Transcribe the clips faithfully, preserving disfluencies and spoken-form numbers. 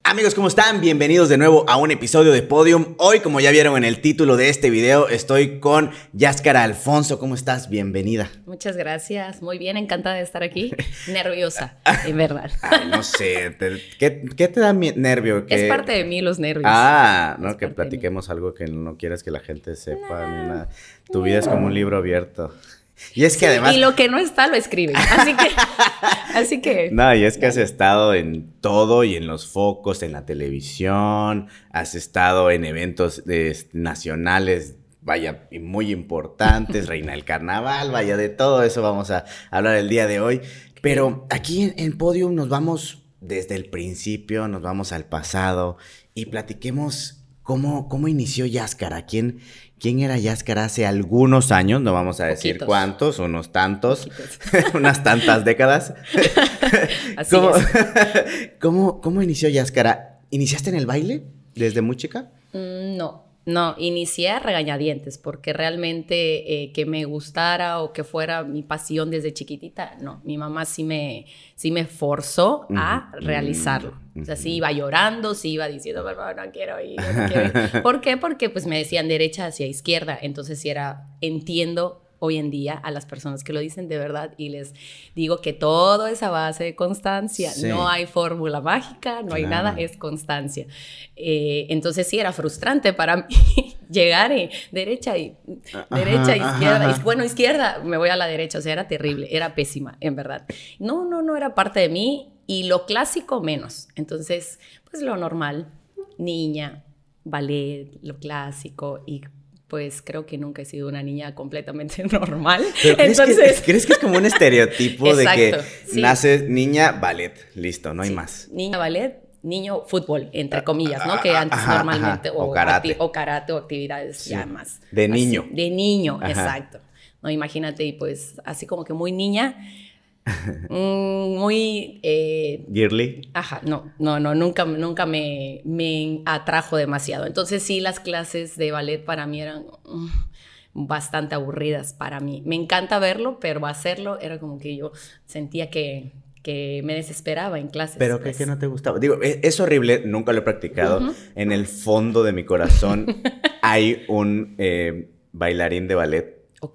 Amigos, ¿cómo están? Bienvenidos de nuevo a un episodio de Podium. Hoy, como ya vieron en el título de este video, estoy con Yaskara Alfonso. ¿Cómo estás? Bienvenida. Muchas gracias. Muy bien, encantada de estar aquí. Nerviosa, en verdad. Ay, no sé. Te, ¿qué, ¿Qué te da nervio? ¿Qué... Es parte de mí los nervios. Ah, no, es que platiquemos algo que no quieres que la gente sepa. Nah, ni nada. Tu vida es como un libro abierto. Y es que sí, además... Y lo que no está lo escriben, así que... así que... No, y es que has estado en todo y en los focos, en la televisión, has estado en eventos de, nacionales, vaya, muy importantes, Reina del Carnaval, vaya, de todo eso vamos a hablar el día de hoy. Pero aquí en, en Podium nos vamos desde el principio, nos vamos al pasado y platiquemos cómo, cómo inició Yaskara, quién... ¿Quién era Yaskara hace algunos años? No vamos a decir Poquitos. cuántos, unos tantos, unas tantas décadas. Así ¿Cómo, es. ¿cómo, ¿Cómo inició Yaskara? ¿Iniciaste en el baile desde muy chica? Mm, no. No, inicié a regañadientes porque realmente eh, que me gustara o que fuera mi pasión desde chiquitita, no, mi mamá sí me, sí me forzó uh-huh. a realizarlo. Uh-huh. O sea, sí iba llorando, sí iba diciendo, por favor, no quiero ir, no quiero ir. ¿Por qué? Porque pues me decían derecha hacia izquierda, entonces sí era, entiendo hoy en día a las personas que lo dicen de verdad y les digo que todo es a base de constancia, sí. No hay fórmula mágica, no claro. hay nada, es constancia. Eh, entonces sí era frustrante para mí llegar y derecha y ajá, derecha, izquierda, y, bueno, izquierda, me voy a la derecha, o sea, era terrible, era pésima, en verdad. No, no, no era parte de mí y lo clásico menos. Entonces, pues lo normal, niña, ballet, lo clásico y pues creo que nunca he sido una niña completamente normal. ¿Pero crees, Entonces... que, ¿crees que es como un estereotipo de que sí. naces niña, ballet, listo, no hay sí. más? Niña, ballet, niño, fútbol, entre comillas, ¿no? Que antes ajá, normalmente... Ajá. O, o, karate. o karate o actividades sí. ya más... De niño. Así, de niño, ajá. exacto. No, imagínate, y pues así como que muy niña... muy... Eh, ¿Girly? Ajá, no, no, no, nunca, nunca me, me atrajo demasiado. Entonces sí, las clases de ballet para mí eran um, bastante aburridas para mí. Me encanta verlo, pero hacerlo era como que yo sentía que, que me desesperaba en clases. ¿Pero qué, qué no te gustaba? Digo, es, es horrible, nunca lo he practicado. Uh-huh. En el fondo de mi corazón hay un eh, bailarín de ballet. Ok,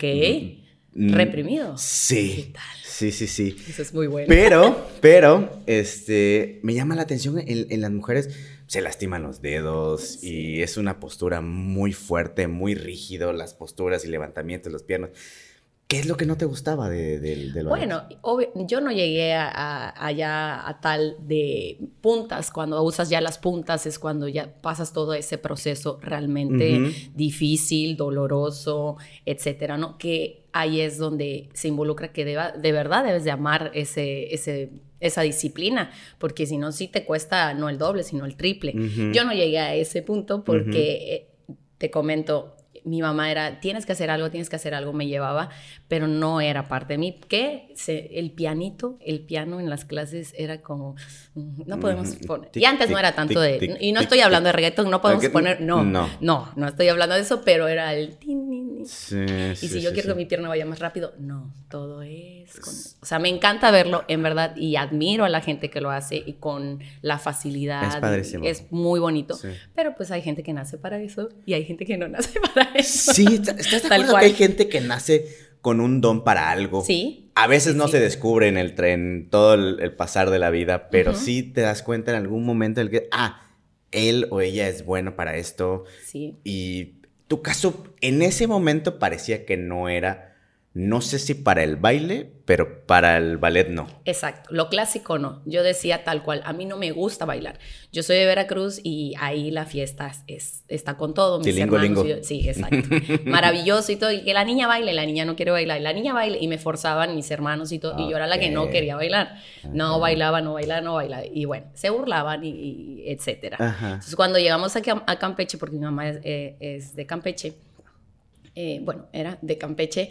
mm, reprimido. Sí. ¿Qué tal? Sí, sí, sí. Eso es muy bueno. Pero, pero, este, me llama la atención en, en las mujeres, se lastiman los dedos sí. y es una postura muy fuerte, muy rígido, las posturas y levantamientos de las piernas. ¿Qué es lo que no te gustaba de, de, del ballet? Bueno, obvio, yo no llegué a, a, allá a tal de puntas. Cuando usas ya las puntas es cuando ya pasas todo ese proceso realmente uh-huh. difícil, doloroso, etcétera, ¿no? Que ahí es donde se involucra que deba, de verdad debes de amar ese, ese, esa disciplina, porque si no, sí te cuesta no el doble, sino el triple. Uh-huh. Yo no llegué a ese punto porque, uh-huh. eh, te comento... Mi mamá era, tienes que hacer algo, tienes que hacer algo, me llevaba, pero no era parte de mí. Que se, el pianito, el piano en las clases era como, no podemos poner. Y antes no era tanto de, y no estoy hablando de reggaetón, no podemos poner, no, no, no, no estoy hablando de eso, pero era el tin, tin, tin. Sí, y sí, si yo sí, quiero sí. que mi pierna vaya más rápido, no, todo es con, o sea, me encanta verlo en verdad y admiro a la gente que lo hace y con la facilidad. Es padrísimo. Es muy bonito, sí. Pero pues hay gente que nace para eso y hay gente que no nace para eso. Sí, ¿estás de acuerdo que hay gente que nace con un don para algo? Sí. A veces sí, no sí. se descubre en el tren, todo el, el pasar de la vida, pero uh-huh. sí te das cuenta en algún momento del que, ah, él o ella es bueno para esto. Sí. Y tu caso, en ese momento parecía que no era, no sé si para el baile, pero para el ballet no. Exacto, lo clásico no. Yo decía tal cual, a mí no me gusta bailar. Yo soy de Veracruz y ahí la fiesta es, está con todo. Mis Tilingo, hermanos. lingo. Yo, sí, exacto. Maravilloso y todo. Y que la niña baile, la niña no quiere bailar. Y la niña baile y me forzaban mis hermanos y todo. Okay. Y yo era la que no quería bailar. No okay. bailaba, no bailaba, no bailaba. Y bueno, se burlaban y, y etcétera. Ajá. Entonces cuando llegamos aquí a, a Campeche, porque mi mamá es, eh, es de Campeche, eh, bueno, era de Campeche,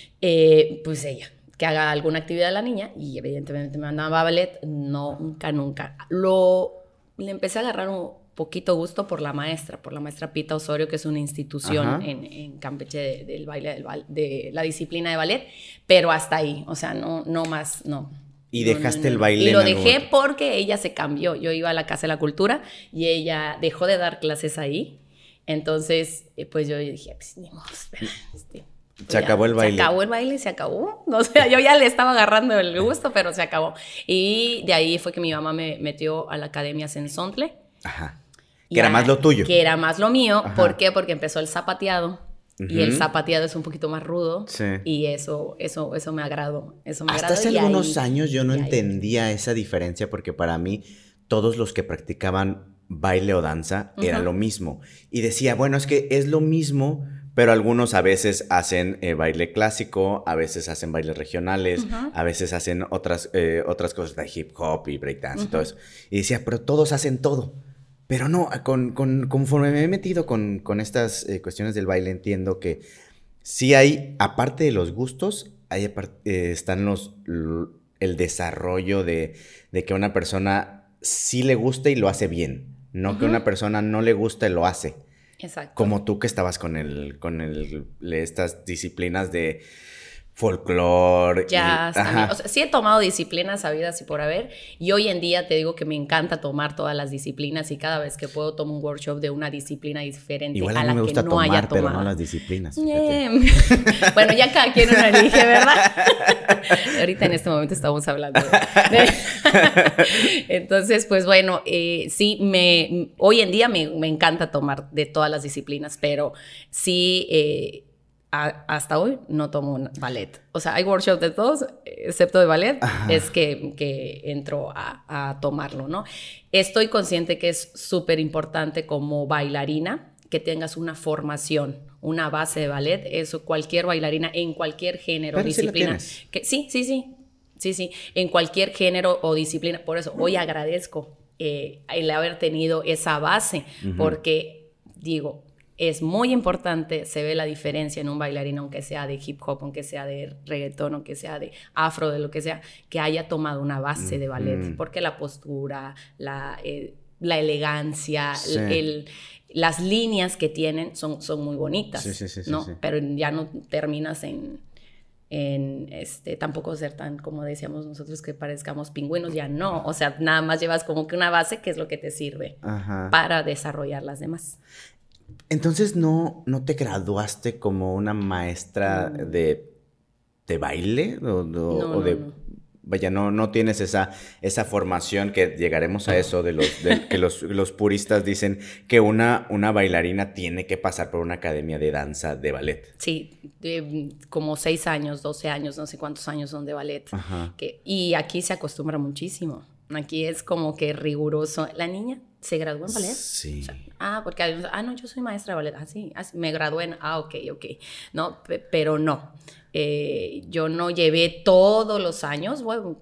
eh, pues ella... que haga alguna actividad a la niña y evidentemente me mandaba a ballet, no, nunca, nunca. Lo, le empecé a agarrar un poquito gusto por la maestra, por la maestra Pita Osorio, que es una institución en, en Campeche de, del baile, del, de la disciplina de ballet, pero hasta ahí, o sea, no, no más, no. Y No, dejaste no, no, el no. baile Y en lo algún dejé momento. porque ella se cambió. Yo iba a la Casa de la Cultura y ella dejó de dar clases ahí. Entonces, eh, pues yo dije, pues, ni modo, espera, este, pues Se ya, acabó el se baile. acabó el baile, se acabó. O sea, yo ya le estaba agarrando el gusto, pero se acabó. Y de ahí fue que mi mamá me metió a la Academia Sensontle. Ajá. Que Y era a- más lo tuyo. Que era más lo mío. Ajá. ¿Por qué? Porque empezó el zapateado. Y el Ujú. zapateado es un poquito más rudo. Sí. Y eso, eso, eso me agradó. Eso me Hasta agradó. hace y algunos ahí- años yo no y ahí- entendía esa diferencia porque para mí todos los que practicaban baile o danza era Ujú. lo mismo. Y decía, bueno, es que es lo mismo, pero algunos a veces hacen eh, baile clásico, a veces hacen bailes regionales, Ujú. a veces hacen otras, eh, otras cosas de hip hop y breakdance y todo Ujú. eso. Y decía, pero todos hacen todo. Pero no, con, con, conforme me he metido con, con estas eh, cuestiones del baile, entiendo que sí hay, aparte de los gustos, hay apar- eh, están los, l- el desarrollo de, de que a una persona sí le gusta y lo hace bien, no que Ujú. una persona no le gusta y lo hace. Exacto. Como tú que estabas con el, con el, le- estas disciplinas de folclore. Ya, y, ajá. o sea, sí he tomado disciplinas habidas y por haber, y hoy en día te digo que me encanta tomar todas las disciplinas y cada vez que puedo tomo un workshop de una disciplina diferente Igual a, a mí la me gusta que no haya tomar, pero tomado. no las disciplinas. Fíjate. Bien. Bueno, ya cada quien uno elige, ¿verdad? Ahorita en este momento estamos hablando de... de- Entonces, pues bueno, eh, sí, me, hoy en día me, me encanta tomar de todas las disciplinas, pero sí... Eh, a- hasta hoy no tomo un ballet. O sea, hay workshops de todos, excepto de ballet, Ajá. es que, que entro a, a tomarlo, ¿no? Estoy consciente que es súper importante como bailarina que tengas una formación, una base de ballet. Eso cualquier bailarina en cualquier género, Pero sí la disciplina. tienes. Que, sí, sí, sí. Sí, sí. En cualquier género o disciplina. Por eso hoy agradezco eh, el haber tenido esa base, Ujú. porque digo, es muy importante, se ve la diferencia en un bailarín, aunque sea de hip hop, aunque sea de reggaetón, aunque sea de afro, de lo que sea, que haya tomado una base de ballet, Ujú. porque la postura, la, eh, la elegancia, Sí. el, el- las líneas que tienen son, son muy bonitas, Sí, sí, sí, sí, ¿no? sí. Pero ya no terminas en, en este, tampoco ser tan, como decíamos nosotros, que parezcamos pingüinos, ya no, o sea, nada más llevas como que una base que es lo que te sirve Ajá. para desarrollar las demás. Entonces, ¿no, no te graduaste como una maestra No. de, de baile? ¿O, o- No, o no, de, no. vaya, no, no tienes esa, esa formación que llegaremos a eso de los, de, que los, los puristas dicen que una, una bailarina tiene que pasar por una academia de danza de ballet? Sí, de, como seis años, doce años, no sé cuántos años son de ballet. Ajá. Que, y aquí se acostumbra muchísimo. Aquí es como que riguroso. La niña se graduó en ballet. Sí. O sea, ah, porque hay unos, ah, no, yo soy maestra de ballet. Ah, sí, ah, sí, me gradué en, ah, ok, ok. No, pe- pero no. Eh, yo no llevé todos los años, bueno,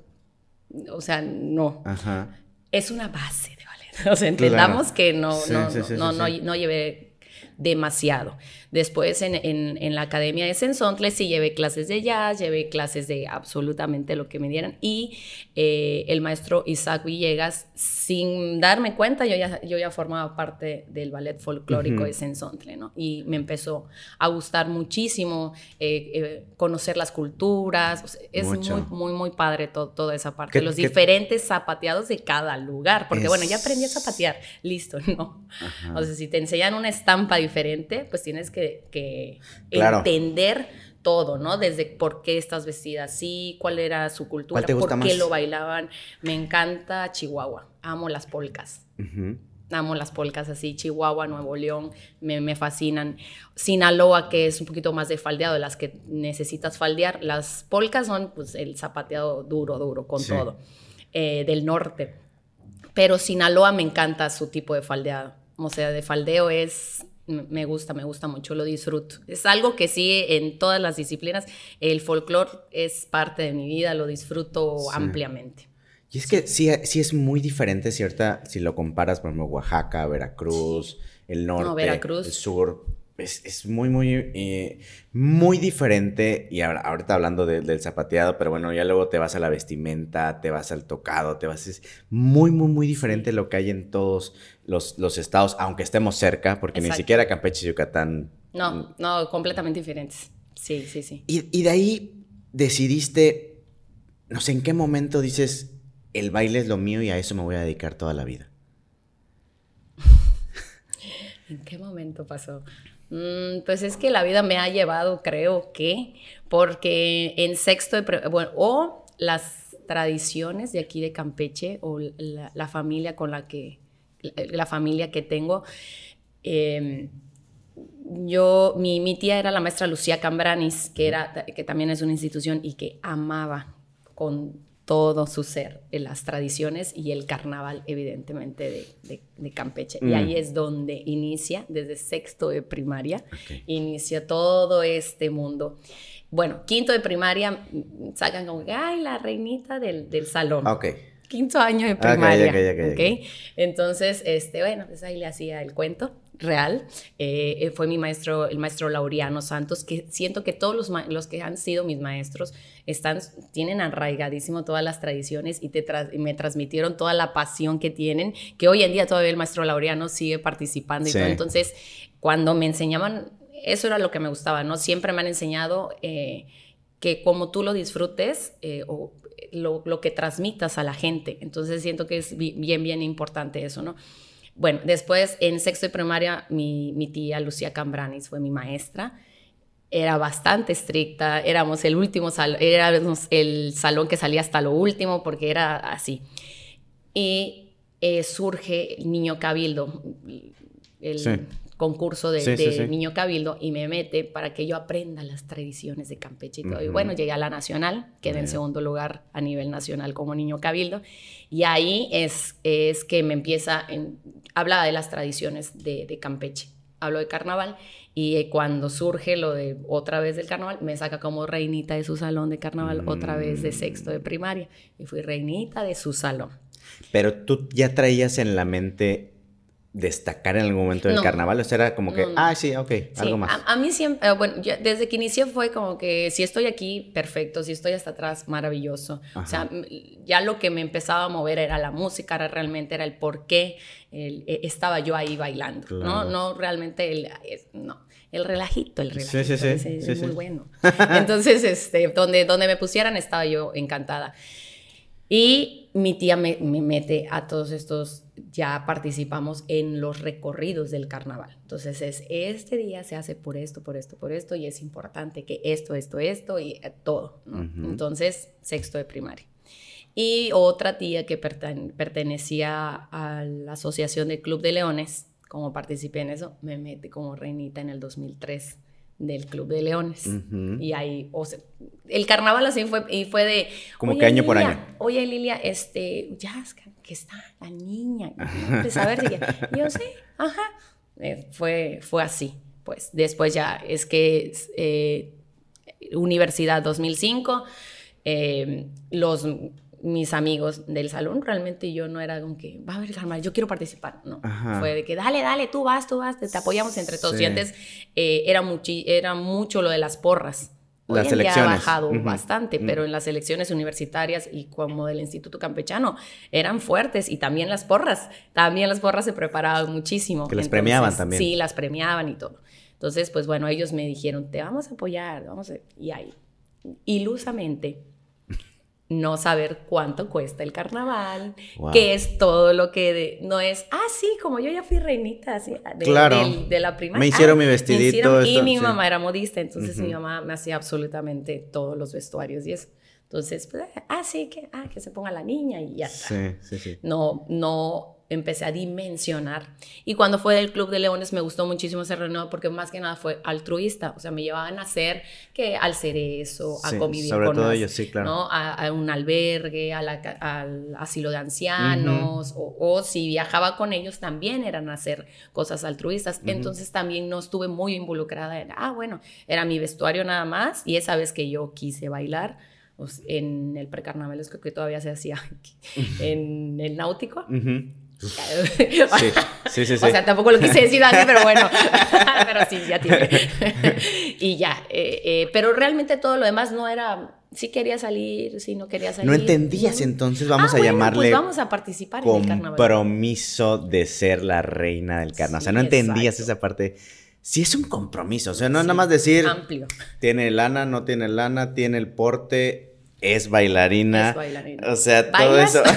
o sea, no. Ajá. Es una base de ballet. O sea, entendamos Claro. que no, Sí, no, sí, no, sí, no, sí, no, sí. no llevé demasiado. Después en, en, en la Academia de Sensontle sí llevé clases de jazz, llevé clases de absolutamente lo que me dieran, y eh, el maestro Isaac Villegas, sin darme cuenta, yo ya, yo ya formaba parte del ballet folclórico Ujú. de Sensontle, ¿no? Y me empezó a gustar muchísimo eh, eh, conocer las culturas. O sea, es Mucho. muy, muy, muy padre to- toda esa parte, ¿Qué- los qué- diferentes zapateados de cada lugar, porque Es- bueno, ya aprendí a zapatear, listo, ¿no? Ajá. O sea, si te enseñan una estampa diferente, pues tienes que, que Claro. entender todo, ¿no? Desde por qué estás vestida así, cuál era su cultura, ¿Cuál te gusta por qué más? lo bailaban. Me encanta Chihuahua, amo las polcas. Ujú. Amo las polcas así, Chihuahua, Nuevo León, me, me fascinan. Sinaloa, que es un poquito más de faldeado, de las que necesitas faldear. Las polcas son pues el zapateado duro, duro, con Sí. todo, eh, del norte. Pero Sinaloa me encanta su tipo de faldeado. O sea, de faldeo es, me gusta, me gusta mucho, lo disfruto. Es algo que sí, en todas las disciplinas, el folclore es parte de mi vida, lo disfruto Sí. ampliamente. Y es que sí, sí es muy diferente, ¿cierta? Si lo comparas, por ejemplo, Oaxaca, Veracruz, el norte, No, Veracruz. el sur. Es, es muy, muy, eh, muy diferente. Y ahora, ahorita hablando de- del zapateado, pero bueno, ya luego te vas a la vestimenta, te vas al tocado, te vas... Es muy, muy, muy diferente Sí. lo que hay en todos los, los estados, aunque estemos cerca, porque ni Exacto. siquiera Campeche y Yucatán... No, no, completamente diferentes. Sí, sí, sí. Y, y de ahí decidiste no sé, ¿en qué momento dices, el baile es lo mío y a eso me voy a dedicar toda la vida? ¿En qué momento pasó? Mm, pues es que la vida me ha llevado, creo que, porque en sexto de... Pre- bueno, o las tradiciones de aquí de Campeche, o la, la familia con la que... La, la familia que tengo... Eh, yo, mi, mi tía era la maestra Lucía Cambranis, que, era, que también es una institución y que amaba con todo su ser las tradiciones y el carnaval, evidentemente, de, de, de Campeche. Mm. Y ahí es donde inicia, desde sexto de primaria, okay. inicia todo este mundo. Bueno, quinto de primaria, sacan como que, ay, la reinita del, del salón. Ok. Quinto año de primaria. Okay, okay, okay, okay. okay. Entonces, este, bueno, pues ahí le hacía el cuento real. Eh, fue mi maestro, el maestro Laureano Santos, que siento que todos los, los que han sido mis maestros están, tienen arraigadísimo todas las tradiciones y, te tra y me transmitieron toda la pasión que tienen, que hoy en día todavía el maestro Laureano sigue participando y sí. todo. Entonces, cuando me enseñaban, eso era lo que me gustaba, ¿no? Siempre me han enseñado eh, que como tú lo disfrutes eh, o Lo, lo que transmitas a la gente. Entonces siento que es bien, bien importante eso, ¿no? Bueno, después en sexto de primaria mi, mi tía Lucía Cambranis fue mi maestra. Era bastante estricta, éramos el último salón, éramos el salón que salía hasta lo último porque era así. Y eh, surge el Niño Cabildo, el sí. concurso de, sí, de sí, sí. Niño Cabildo, y me mete para que yo aprenda las tradiciones de Campeche y todo. Uh-huh. Y bueno, llegué a la nacional, quedé uh-huh. en segundo lugar a nivel nacional como Niño Cabildo, y ahí es, es que me empieza, en, habla de las tradiciones de, de Campeche, hablo de carnaval, y cuando surge lo de otra vez del carnaval, me saca como reinita de su salón de carnaval, mm. otra vez de sexto de primaria, y fui reinita de su salón. Pero tú ya traías en la mente destacar en algún momento del no, carnaval, o sea, era como que, no, no. ah, sí, ok, sí, algo más. A, a mí siempre, eh, bueno, yo, desde que inicié fue como que si estoy aquí, perfecto, si estoy hasta atrás, maravilloso. Ajá. O sea, ya lo que me empezaba a mover era la música, era realmente era el por qué el, estaba yo ahí bailando, claro. ¿no? No realmente el, no, el relajito, el relajito, sí, sí, sí, es, sí, es sí. muy bueno. Entonces, este, donde, donde me pusieran estaba yo encantada. Y mi tía me, me mete a todos estos, ya participamos en los recorridos del carnaval. Entonces es, este día se hace por esto, por esto, por esto, y es importante que esto, esto, esto, y todo, ¿no? Uh-huh. Entonces, sexto de primaria. Y otra tía que pertene- pertenecía a la Asociación del Club de Leones, como participé en eso, me mete como reinita en el dos mil tres. Del Club de Leones. Uh-huh. Y ahí, o sea, el carnaval así fue, y fue de... Como que año Lilia, por año. Oye, Lilia, este, ya, que está la niña. Pues a ver si... Y yo, sí, ajá. Eh, fue, fue así, pues. Después ya es que eh, Universidad dos mil cinco, eh, los... mis amigos del salón, realmente yo no era como que, va a haber carnaval, yo quiero participar, no, Ajá. fue de que dale, dale, tú vas, tú vas, te, te apoyamos entre todos, sí. y antes eh, era, muchi, era mucho lo de las porras, hoy las en día elecciones. ha bajado uh-huh. bastante, uh-huh. pero en las elecciones universitarias y como del Instituto Campechano eran fuertes, y también las porras, también las porras se preparaban muchísimo. Que las Entonces, premiaban también. Sí, las premiaban y todo. Entonces, pues bueno, ellos me dijeron, te vamos a apoyar, vamos a... y ahí, ilusamente, no saber cuánto cuesta el carnaval, wow. qué es todo lo que... De, no es, ah, sí, como yo ya fui reinita así, de, claro. de, de la primaria. Me hicieron ah, mi vestidito. Hicieron, esto, y mi sí. mamá era modista, entonces uh-huh. mi mamá me hacía absolutamente todos los vestuarios y eso. Entonces, pues, ah, sí, que, ah, que se ponga la niña y ya está. Sí, sí, sí. No, no... empecé a dimensionar, y cuando fue del Club de Leones me gustó muchísimo ese renuevo porque más que nada fue altruista, o sea, me llevaban a hacer que al cerezo, a sí, convivir sobre con todo las, ellos, sí, claro. ¿no? a, a un albergue, a la, al asilo de ancianos, uh-huh. o, o si viajaba con ellos también eran a hacer cosas altruistas, uh-huh. entonces también no estuve muy involucrada en, ah, bueno, era mi vestuario nada más, y esa vez que yo quise bailar, pues, en el precarnaval, es que todavía se hacía en el náutico, uh-huh. Sí, sí, sí, sí. O sea, tampoco lo quise decir antes, pero bueno. Pero sí, ya tiene. Y ya. Eh, eh, pero realmente todo lo demás no era... Si quería salir, si no quería salir. No entendías, no. Entonces vamos ah, a bueno, llamarle... pues vamos a participar en el carnaval. Compromiso de ser la reina del carnaval. Sí, o sea, no entendías exacto. esa parte... Sí, es un compromiso. O sea, no es sí, nada más decir... Amplio. Tiene lana, no tiene lana, tiene el porte... es bailarina. Es bailarina. O sea, todo ¿Bailas? eso.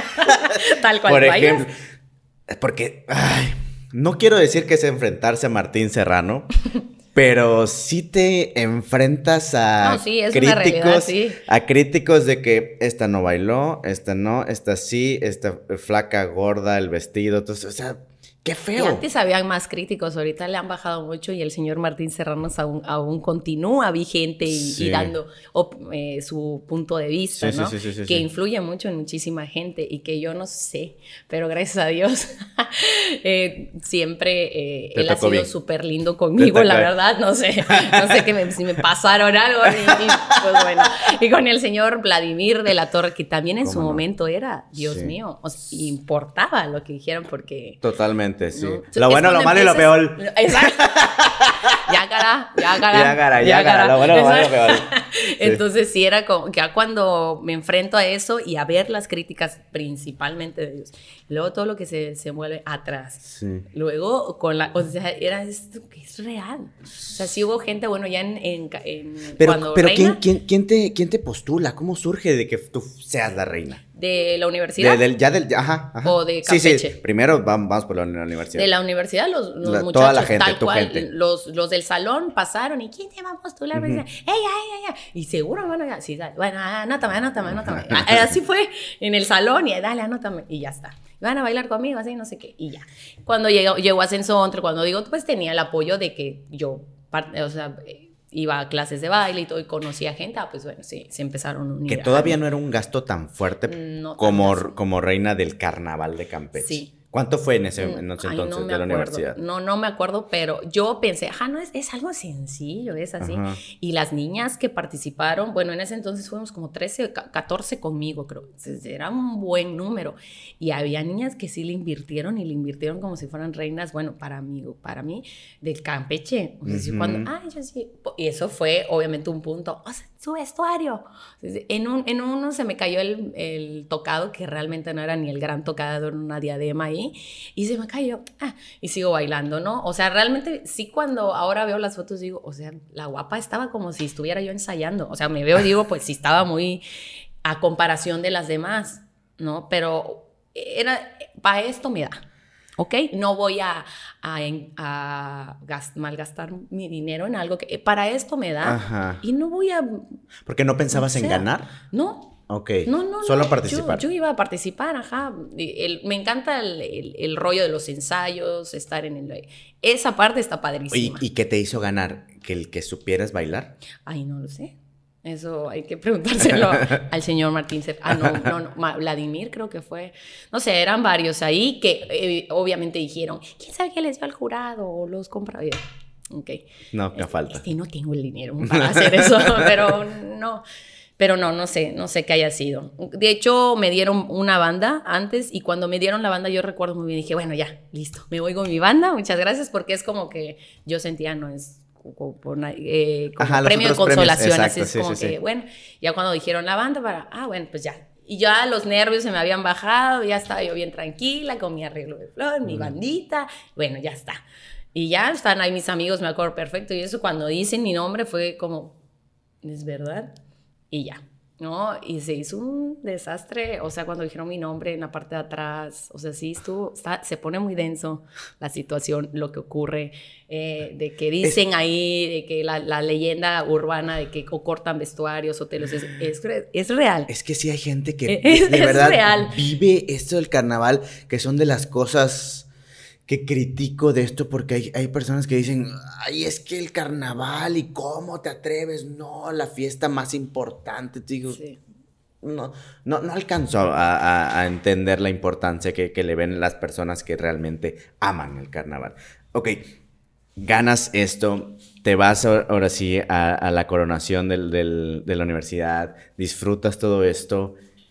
Tal cual, Por ¿bailas? ejemplo, porque ay, no quiero decir que es enfrentarse a Martín Serrano, pero sí te enfrentas a No, sí, es críticos, una realidad, sí. a críticos de que esta no bailó, esta no, esta sí, esta flaca, gorda, el vestido, entonces, o sea, qué feo. Y antes habían más críticos, ahorita le han bajado mucho y el señor Martín Serrano aún, aún continúa vigente y, Sí. y dando op, eh, su punto de vista, Sí, ¿no? sí, sí, sí, sí, que sí. influye mucho en muchísima gente y que yo no sé, pero gracias a Dios eh, siempre eh, Te él ha tocó sido bien. súper lindo conmigo, Te la tocó. verdad, no sé, no sé que me, si me pasaron algo y, y, pues bueno, y con el señor Vladimir de la Torre, que también en ¿Cómo su no? momento era, Dios Sí. mío, o sea, importaba lo que dijeran porque... Totalmente, sí. ¿no? Lo Es bueno, lo cuando malo y lo empiezas- peor. Exacto. Ya cara, ya cara. Ya cara, ya cara, lo bueno, lo malo y lo peor. Sí. Entonces sí era como que ya cuando me enfrento a eso y a ver las críticas principalmente de ellos, luego todo lo que se, se mueve atrás. Sí. Luego con la, o sea, era esto que es real. O sea, sí hubo gente, bueno, ya en, en, en Pero, cuando pero ¿quién, reina quién, quién, te, ¿quién te postula? ¿Cómo surge de que tú seas la reina? de la universidad. De, del, ya del, ajá, ajá. ¿O de Sí, sí, Campeche? primero vamos, vamos por la universidad. De la universidad, los, los La- muchachos, toda la gente, tal tu cual, gente. Los, los del salón pasaron y ¿quién te va a postular? Ujú. ¡Ey, ey, ey, ey! Y seguro, bueno, ya, sí, dale. Bueno, anótame, anótame, anótame. Ah, Así fue en el salón y dale, anótame. Y ya está. Van a bailar conmigo, así, no sé qué. Y ya. Cuando llegó, llegó Ascenso Entre, cuando digo, pues tenía el apoyo de que yo, parte- o sea, eh, iba a clases de baile y todo, y conocía gente, ah, pues bueno, sí, se empezaron a unir. Que todavía no era un gasto tan fuerte No tan como, gasto. como reina del carnaval de Campeche. Sí. ¿Cuánto fue en ese, en ese Ay, entonces no me de la acuerdo. universidad? No, no me acuerdo, pero yo pensé, ajá, no, es, es algo sencillo, es así. Ajá. Y las niñas que participaron, bueno, en ese entonces fuimos como trece, ca- catorce conmigo, creo. Entonces, era un buen número. Y había niñas que sí le invirtieron y le invirtieron como si fueran reinas, bueno, para mí, para mí, del Campeche. O sea, sí, Ujú. cuando, ay, yo sí. Y eso fue, obviamente, un punto. O sea, su vestuario. En, un, en uno se me cayó el, el tocado, que realmente no era ni el gran tocado, era una diadema ahí, y se me cayó, ah, y sigo bailando, ¿no? O sea, realmente sí, cuando ahora veo las fotos digo, o sea, la guapa estaba como si estuviera yo ensayando, o sea, me veo y digo, pues sí estaba muy a comparación de las demás, ¿no? Pero era, para esto me da. ¿Ok? No voy a, a, a gas- malgastar mi dinero en algo que para esto me da. Ajá. Y no voy a... ¿Por qué no pensabas o en sea, ganar? No. Ok. No, no, Solo no. participar. Yo, yo iba a participar, ajá. Y el- me encanta el, el- el rollo de los ensayos, estar en el... Esa parte está ¿Y, padrísima. ¿Y qué te hizo ganar? ¿Que el que supieras bailar? Ay, no lo sé. Eso hay que preguntárselo al señor Martín. Cer- Ah, no, no, no. Ma- Vladimir creo que fue. No sé, eran varios ahí que eh, obviamente dijeron, ¿quién sabe qué les dio al jurado? O los compra. Y yo, ok. No, me Es- falta. Es que no tengo el dinero para hacer eso, pero no. Pero no, no sé, no sé qué haya sido. De hecho, me dieron una banda antes y cuando me dieron la banda yo recuerdo muy bien, dije, bueno, ya, listo, me voy con mi banda, muchas gracias, porque es como que yo sentía, no es como, por una- eh, como Ajá, los premio de otros premios, consolación, así exacto, es sí, como sí, que, sí. bueno, ya cuando dijeron la banda, para, ah, bueno, pues ya. Y ya los nervios se me habían bajado, ya estaba yo bien tranquila, con mi arreglo de flor, mi bandita, bueno, ya está. Y ya están ahí mis amigos, me acuerdo perfecto, y eso cuando dicen mi nombre fue como, ¿es verdad? Y ya, ¿no? Y se hizo un desastre, o sea, cuando dijeron mi nombre en la parte de atrás, o sea, sí estuvo, está, se pone muy denso la situación, lo que ocurre, eh, de que dicen ahí, de que la, la leyenda urbana de que o cortan vestuarios, hoteles, es, es, es real. Es que sí hay gente que Es- de es verdad real. vive esto del carnaval, que son de las cosas que critico de esto, porque hay, hay personas que dicen, ay, es que el carnaval, ¿y cómo te atreves? No, la fiesta más importante. Te digo, Sí. no, no, no alcanzo a, a- a entender la importancia que, que le ven las personas que realmente aman el carnaval. Ok, ganas esto, te vas a- ahora sí a, a la coronación del- del- de la universidad, disfrutas todo esto.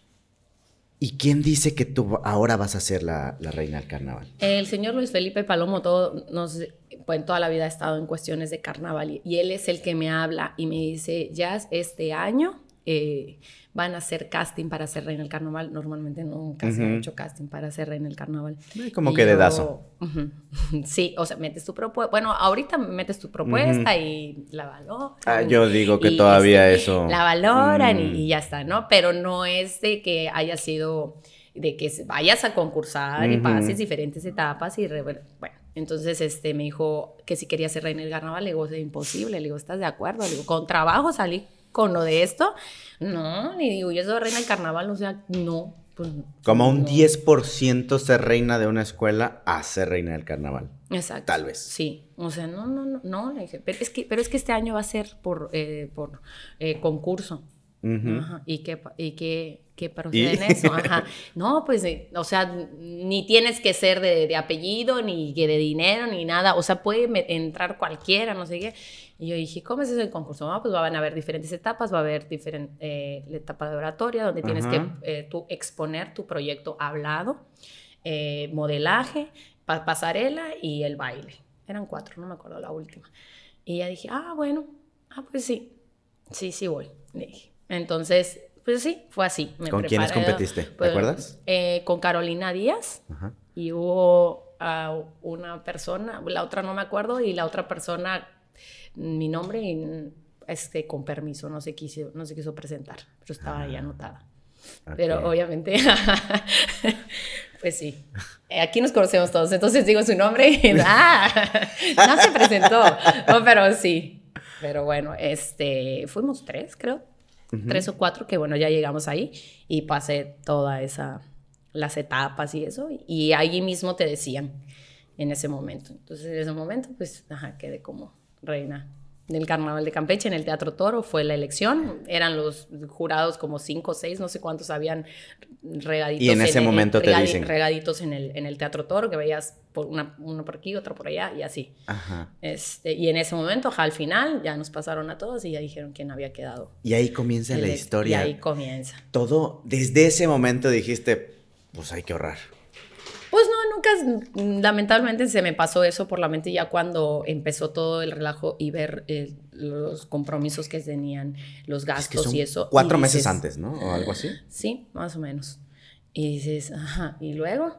¿Y quién dice que tú ahora vas a ser la, la reina del carnaval? El señor Luis Felipe Palomo todo, nos, pues, toda la vida ha estado en cuestiones de carnaval y, y él es el que me habla y me dice, ya este año eh, van a hacer casting para ser reina del carnaval. Normalmente nunca uh-huh. se ha hecho casting para ser reina del carnaval. Como y que dedazo. Uh-huh. Sí, o sea, metes tu propuesta. Bueno, ahorita metes tu propuesta uh-huh. y la valoran. Ah, yo digo que todavía este, eso... La valoran mm. y, y ya está, ¿no? Pero no es de que haya sido... de que vayas a concursar uh-huh. y pases diferentes etapas y... Re, bueno, entonces este, me dijo que si quería ser reina del carnaval. Le digo, es imposible. Le digo, ¿estás de acuerdo? Le digo, con trabajo salí con lo de esto. No, le digo, yo soy reina del carnaval, o sea, no. Pues, como un no. diez por ciento ser reina de una escuela a ser reina del carnaval. Exacto. Tal vez. Sí, o sea, no, no, no, no, le dije, pero es que, pero es que este año va a ser por, eh, por eh, concurso. Uh-huh. Ajá. ¿Y qué, y qué, qué procede en eso? Ajá. No, pues, eh, o sea, ni tienes que ser de, de apellido, ni de dinero, ni nada. O sea, puede me, entrar cualquiera, no sé qué. Y yo dije, ¿cómo es eso el concurso? No, pues van a haber diferentes etapas, va a haber diferente, eh, la etapa de oratoria, donde uh-huh. tienes que eh, tú exponer tu proyecto hablado, eh, modelaje, pa- pasarela y el baile. Eran cuatro, no me acuerdo la última. Y ya dije, ah, bueno, ah, pues sí, sí, sí voy, le dije. Entonces, pues sí, fue así. Me ¿Con quiénes competiste? ¿Te pues, acuerdas? Eh, con Carolina Díaz. Uh-huh. Y hubo uh, una persona, la otra no me acuerdo, y la otra persona, mi nombre, y, este, con permiso, no se quiso, no se quiso presentar, pero estaba ahí anotada. Okay. Pero obviamente, pues sí, aquí nos conocemos todos, entonces digo su nombre y ¡ah! No se presentó, no, pero sí. Pero bueno, este, fuimos tres, creo. Uh-huh. Tres o cuatro, que bueno, ya llegamos ahí y pasé toda esa, las etapas y eso, y ahí mismo te decían en ese momento. Entonces, en ese momento, pues, ajá, quedé como reina del Carnaval de Campeche en el Teatro Toro. Fue la elección, eran los jurados como cinco o seis, no sé cuántos habían regaditos. Y en ese en momento el, te regadi- dicen. Regaditos en el, en el Teatro Toro, que veías por una, uno por aquí, otro por allá, y así. Ajá. Este, y en ese momento, al final, ya nos pasaron a todos y ya dijeron quién había quedado. Y ahí comienza el, la historia. Y ahí comienza. Todo, desde ese momento dijiste, pues hay que ahorrar. Pues no, nunca, lamentablemente se me pasó eso por la mente ya cuando empezó todo el relajo y ver eh, los compromisos que tenían, los gastos es que son y eso. Cuatro y meses dices, antes, ¿no? O algo así. Sí, más o menos. Y dices, ajá, y luego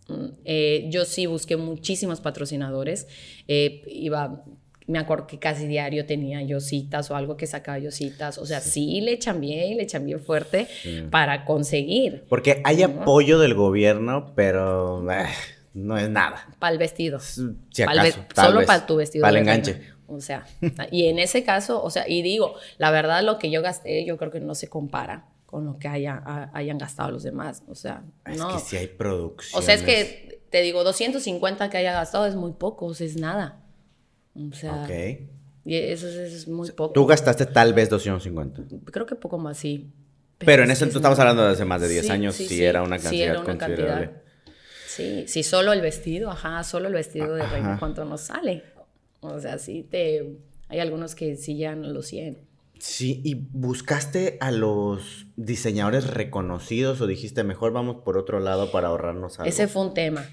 eh, yo sí busqué muchísimos patrocinadores, eh, iba... Me acuerdo que casi diario tenía yo citas o algo que sacaba yo citas. O sea, sí, sí le chambié y le chambié fuerte sí. para conseguir. Porque hay ¿no? apoyo del gobierno, pero eh, no es nada. Para el vestido. Si acaso, ve- solo para tu vestido. Para el enganche. Reina. O sea, y en ese caso, o sea, y digo, la verdad lo que yo gasté, yo creo que no se compara con lo que haya, a, hayan gastado los demás. O sea, es no. que si hay producción. O sea, es que, te digo, doscientos cincuenta que haya gastado es muy poco, o sea, es nada. O sea, okay. y eso, eso es muy poco. Tú gastaste tal vez doscientos cincuenta. Creo que poco más, sí. Pero, Pero en ese entonces estamos hablando de hace más de diez sí, años, sí, sí, sí era una cantidad sí, era una considerable. Cantidad. Sí, sí, solo el vestido, ajá, solo el vestido de ajá. reina, ¿cuánto nos sale? O sea, sí te... Hay algunos que sí llegan los cien. Sí, ¿y buscaste a los diseñadores reconocidos o dijiste mejor vamos por otro lado para ahorrarnos algo? Ese fue un tema.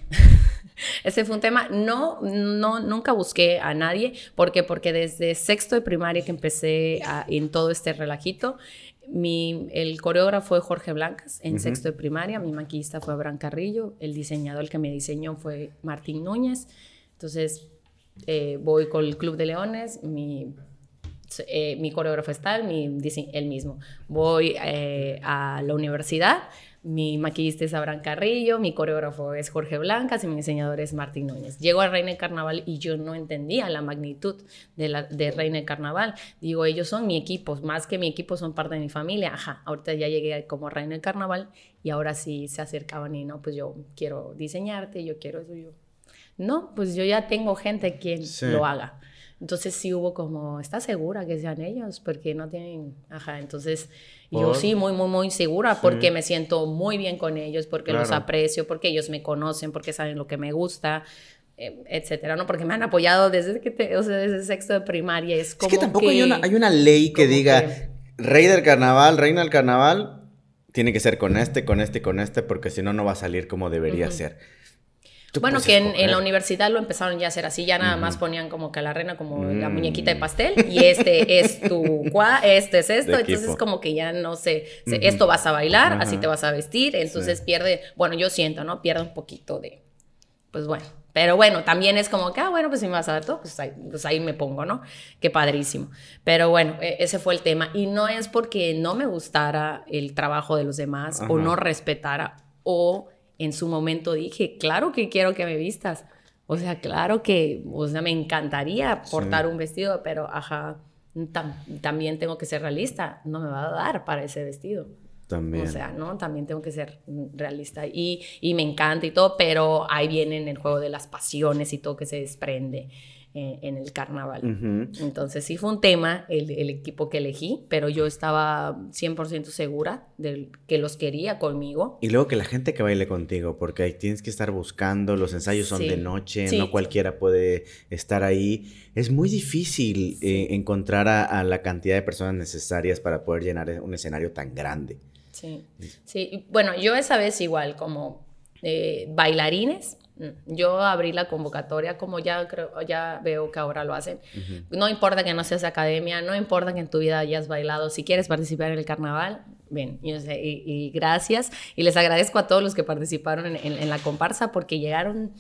Ese fue un tema. No, no, nunca busqué a nadie. ¿Por qué? Porque desde sexto de primaria que empecé a, en todo este relajito, mi, el coreógrafo fue Jorge Blancas en uh-huh. sexto de primaria, mi maquillista fue Abraham Carrillo, el diseñador que me diseñó fue Martín Núñez. Entonces, eh, voy con el Club de Leones, mi... Eh, mi coreógrafo está el, mi, el mismo. Voy eh, a la universidad, mi maquillista es Abraham Carrillo, mi coreógrafo es Jorge Blancas y mi diseñador es Martín Núñez. Llego a Reina del Carnaval y yo no entendía la magnitud de, la, de Reina del Carnaval. Digo, ellos son mi equipo, más que mi equipo son parte de mi familia. Ajá, ahorita ya llegué como Reina del Carnaval y ahora sí se acercaban y no, pues yo quiero diseñarte, yo quiero eso, yo. No, pues yo ya tengo gente quien sí. lo haga. Entonces sí hubo como, ¿estás segura que sean ellos? Porque no tienen... Ajá, entonces ¿Por? yo sí, muy, muy, muy segura, sí. porque me siento muy bien con ellos, porque claro. los aprecio, porque ellos me conocen, porque saben lo que me gusta, eh, etcétera, ¿no? Porque me han apoyado desde que te, o sea, desde sexto de primaria. Es como es que tampoco que, hay, una, hay una ley que diga, que, rey del carnaval, reina del carnaval, tiene que ser con este, con este, con este, porque si no, no va a salir como debería uh-huh. ser. Bueno, que en, en la universidad lo empezaron ya a hacer así, ya nada uh-huh. más ponían como que a la reina como mm. la muñequita de pastel y este es tu cua, este es esto, entonces como que ya no sé, uh-huh. esto vas a bailar, uh-huh. así te vas a vestir, entonces sí. pierde, bueno, yo siento, ¿no? Pierde un poquito de, pues bueno, pero bueno, también es como que, ah, bueno, pues si me vas a dar todo, pues ahí, pues ahí me pongo, ¿no? Qué padrísimo. Pero bueno, ese fue el tema y no es porque no me gustara el trabajo de los demás uh-huh. o no respetara o... En su momento dije, claro que quiero que me vistas. O sea, claro que, o sea, me encantaría portar sí. un vestido, pero, ajá, tam- también tengo que ser realista. No me va a dar para ese vestido. También. O sea, ¿no? También tengo que ser realista. Y, y me encanta y todo, pero ahí viene en el juego de las pasiones y todo que se desprende en, en el carnaval. Uh-huh. Entonces sí fue un tema el, el equipo que elegí, pero yo estaba cien por ciento segura de que los quería conmigo. Y luego que la gente que baile contigo, porque ahí tienes que estar buscando, los ensayos son sí. de noche, sí, no cualquiera sí. puede estar ahí. Es muy difícil sí. eh, encontrar a, a la cantidad de personas necesarias para poder llenar un escenario tan grande. Sí, sí. Bueno, yo esa vez igual como eh, bailarines, yo abrí la convocatoria como ya creo, ya veo que ahora lo hacen. Uh-huh. No importa que no seas academia, no importa que en tu vida hayas bailado, si quieres participar en el carnaval, ven. Y, y, y gracias. Y les agradezco a todos los que participaron en, en, en la comparsa porque llegaron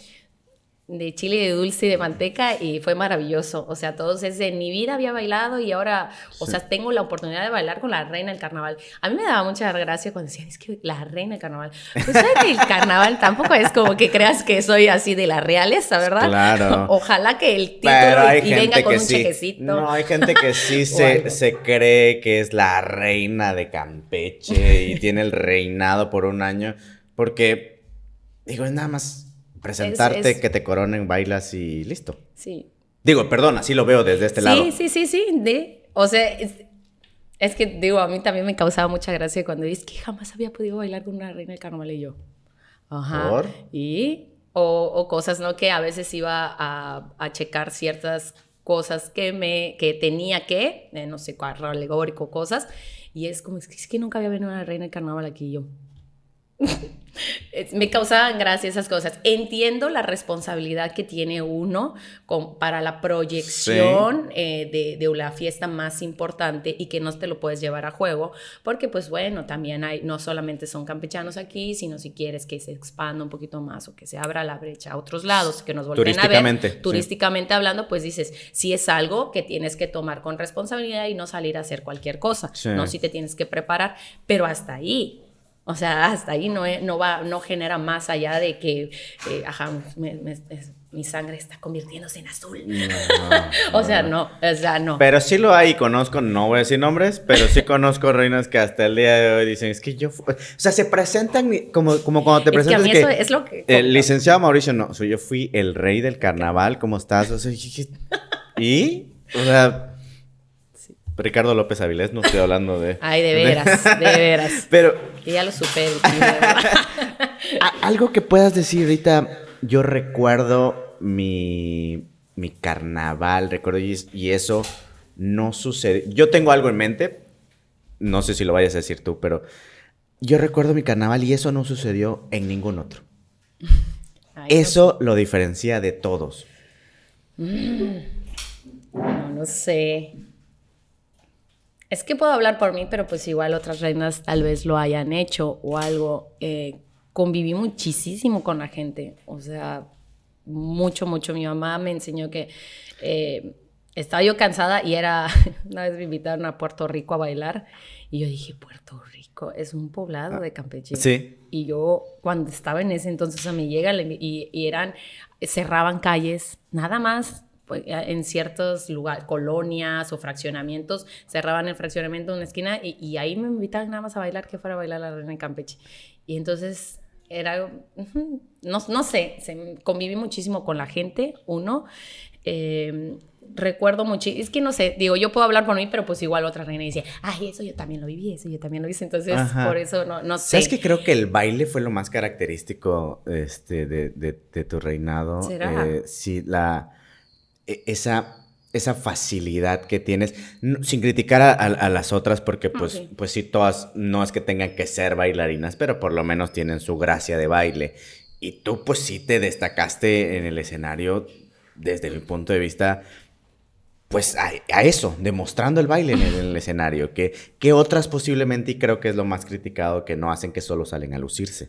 de chile de dulce y de manteca y fue maravilloso. O sea, todos es de mi vida había bailado y ahora, o sí. sea, tengo la oportunidad de bailar con la reina del carnaval. A mí me daba mucha gracia cuando decían, es que la reina del carnaval. Pues sabes que el carnaval tampoco es como que creas que soy así de la realeza, ¿verdad? Claro. Ojalá que el título y, y venga con un sí. chequecito. No, hay gente que sí se, se cree que es la reina de Campeche y tiene el reinado por un año porque, digo, es nada más presentarte, es, es... que te coronen, bailas y listo. Sí. Digo, perdón, así lo veo desde este sí, lado. Sí, sí, sí, sí. De, o sea, es, es que, digo, a mí también me causaba mucha gracia cuando dices que jamás había podido bailar con una reina del carnaval y yo. Ajá. ¿Por? Y, o, o cosas, ¿no? Que a veces iba a, a checar ciertas cosas que me, que tenía que, eh, no sé, carro alegórico, cosas, y es como, es que, es que nunca había venido una reina del carnaval aquí y yo. Me causaban gracia esas cosas. Entiendo la responsabilidad que tiene uno con, para la proyección sí. eh, de, de la fiesta más importante y que no te lo puedes llevar a juego porque pues bueno, también hay, no solamente son campechanos aquí, sino si quieres que se expanda un poquito más o que se abra la brecha a otros lados, que nos volteen a ver, turísticamente sí. hablando, pues dices, si es algo que tienes que tomar con responsabilidad y no salir a hacer cualquier cosa, sí. no si te tienes que preparar, pero hasta ahí. O sea, hasta ahí no, no, va, no genera más allá de que, eh, ajá, me, me, es, mi sangre está convirtiéndose en azul. No, no. o sea, no, o sea, no. Pero sí lo hay, conozco, no voy a decir nombres, pero sí conozco reinas que hasta el día de hoy dicen, es que yo, fu-". o sea, se presentan como, como cuando te es presentas. Que a mí eso que, es lo que... El licenciado Mauricio, no, o sea, yo fui el rey del carnaval, ¿cómo estás? O sea, y, o sea... Ricardo López Avilés, no estoy hablando de... Ay, de veras, de, de veras. Pero... Que ya lo supé. Algo que puedas decir ahorita, yo recuerdo mi, mi carnaval, recuerdo y, y eso no sucede. Yo tengo algo en mente, no sé si lo vayas a decir tú, pero yo recuerdo mi carnaval y eso no sucedió en ningún otro. Ay, eso no. Lo diferencia de todos. Mm, no, no sé... Es que puedo hablar por mí, pero pues igual otras reinas tal vez lo hayan hecho o algo. Eh, conviví muchísimo con la gente, o sea, mucho, mucho. Mi mamá me enseñó que eh, estaba yo cansada y era, una vez me invitaron a Puerto Rico a bailar y yo dije, Puerto Rico es un poblado de Campeche. Sí. Y yo cuando estaba en ese entonces a mí llega y, y eran, cerraban calles, nada más. En ciertos lugares, colonias o fraccionamientos, cerraban el fraccionamiento en una esquina y, y ahí me invitaban nada más a bailar, que fuera a bailar la reina de Campeche. Y entonces era, no, no sé, se, conviví muchísimo con la gente, uno. Eh, recuerdo mucho, es que no sé, digo, yo puedo hablar por mí, pero pues igual otra reina dice, ay, eso yo también lo viví, eso yo también lo hice, entonces ajá. por eso no, no sé. ¿Sabes que creo que el baile fue lo más característico este, de, de, de tu reinado? ¿Será? Eh, sí, la... Esa, esa facilidad que tienes, no, sin criticar a, a, a las otras, porque pues, okay. pues sí, todas no es que tengan que ser bailarinas, pero por lo menos tienen su gracia de baile. y tú pues sí te destacaste en el escenario desde mi punto de vista, pues a, a eso, demostrando el baile en el, en el escenario. ¿Qué, ¿Qué otras posiblemente, y creo que es lo más criticado, que no hacen, que solo salen a lucirse?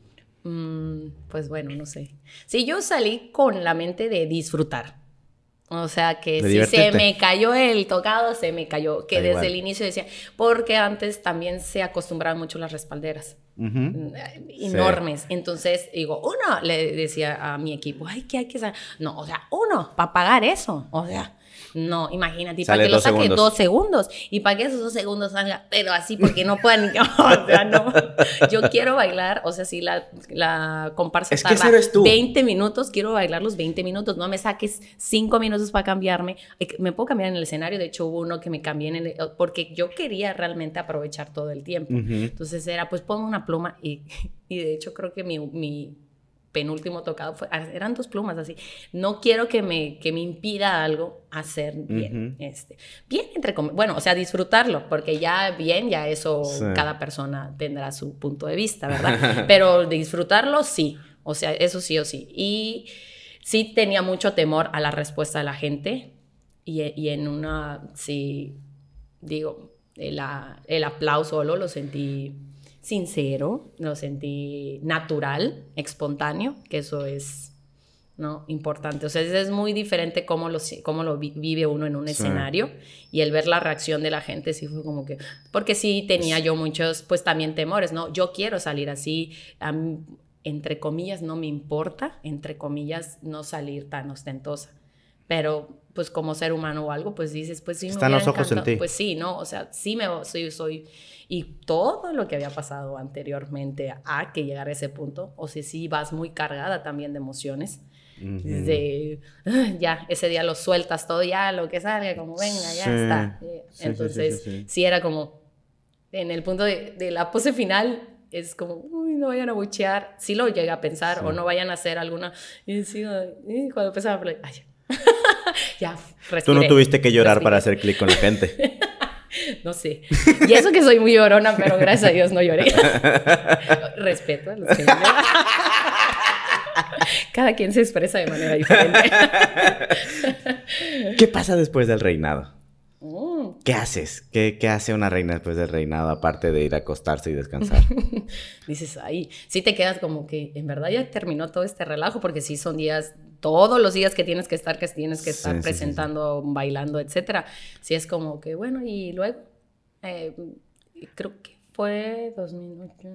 Mm, pues bueno, no sé. Sí, yo salí con la mente de disfrutar. O sea, que De si divertirte. se me cayó el tocado, se me cayó. Que Da desde igual. el inicio decía, porque antes también se acostumbraban mucho las respalderas. Ujú. Enormes. Sí. Entonces, digo, uno, le decía a mi equipo, ay, ¿qué hay que saber? No, o sea, uno, para pagar eso. O sea, no, imagínate, para Sale que lo dos saque segundos. dos segundos. Y para que esos dos segundos salga, pero así, porque no puedan. O sea, no. Yo quiero bailar, o sea, si la, la comparsa Es que tarda ese eres tú. veinte minutos, quiero bailar los veinte minutos. No me saques cinco minutos para cambiarme. Me puedo cambiar en el escenario. De hecho, hubo uno que me cambié en el, porque yo quería realmente aprovechar todo el tiempo. Uh-huh. Entonces era, pues ponme una pluma y, y de hecho creo que mi, mi penúltimo tocado fue, eran dos plumas así. No quiero que me, que me impida algo hacer bien. Uh-huh. este, bien, entre comillas. Bueno, o sea, disfrutarlo, porque ya bien, ya eso sí. Cada persona tendrá su punto de vista, ¿verdad? Pero disfrutarlo, sí. O sea, eso sí o sí. Y sí tenía mucho temor a la respuesta de la gente. Y, y en una, sí, digo, el, el aplauso lo sentí sincero, lo sentí natural, espontáneo, que eso es, ¿no?, importante. O sea, es muy diferente cómo lo, cómo lo vive uno en un sí. escenario, y el ver la reacción de la gente sí fue como que... Porque sí tenía yo muchos, pues también temores, ¿no? Yo quiero salir así, um, entre comillas, no me importa, entre comillas, no salir tan ostentosa. Pero, pues, como ser humano o algo, pues dices, pues sí, me están los ojos en ti. Pues sí, ¿no? O sea, sí me soy, soy... Y todo lo que había pasado anteriormente a que llegara a ese punto, o sea, sí vas muy cargada también de emociones. Uh-huh. De, uh, ya, ese día lo sueltas todo, ya, lo que salga, como venga, ya sí. está. Sí, Entonces, sí, sí, sí, sí. sí era como, en el punto de, de la pose final... Es como, uy, no vayan a buchear. Sí lo llegué a pensar, sí. o no vayan a hacer alguna... Y sí, y cuando empezaba a hablar, ay, ya, respiré. Tú no tuviste que llorar respiré. Para hacer clic con la gente. No sé. Y eso que soy muy llorona, pero gracias a Dios no lloré. Respeto a los que lloran. Cada quien se expresa de manera diferente. ¿Qué pasa después del reinado? Mm. ¿Qué haces? ¿Qué, ¿Qué hace una reina después del reinado, aparte de ir a acostarse y descansar? Dices, ay, sí te quedas como que en verdad ya terminó todo este relajo, porque sí son días, todos los días que tienes que estar, que tienes que estar sí, presentando, sí, sí. bailando, etcétera. Sí es como que, bueno, y luego, eh, creo que fue dos mil ocho,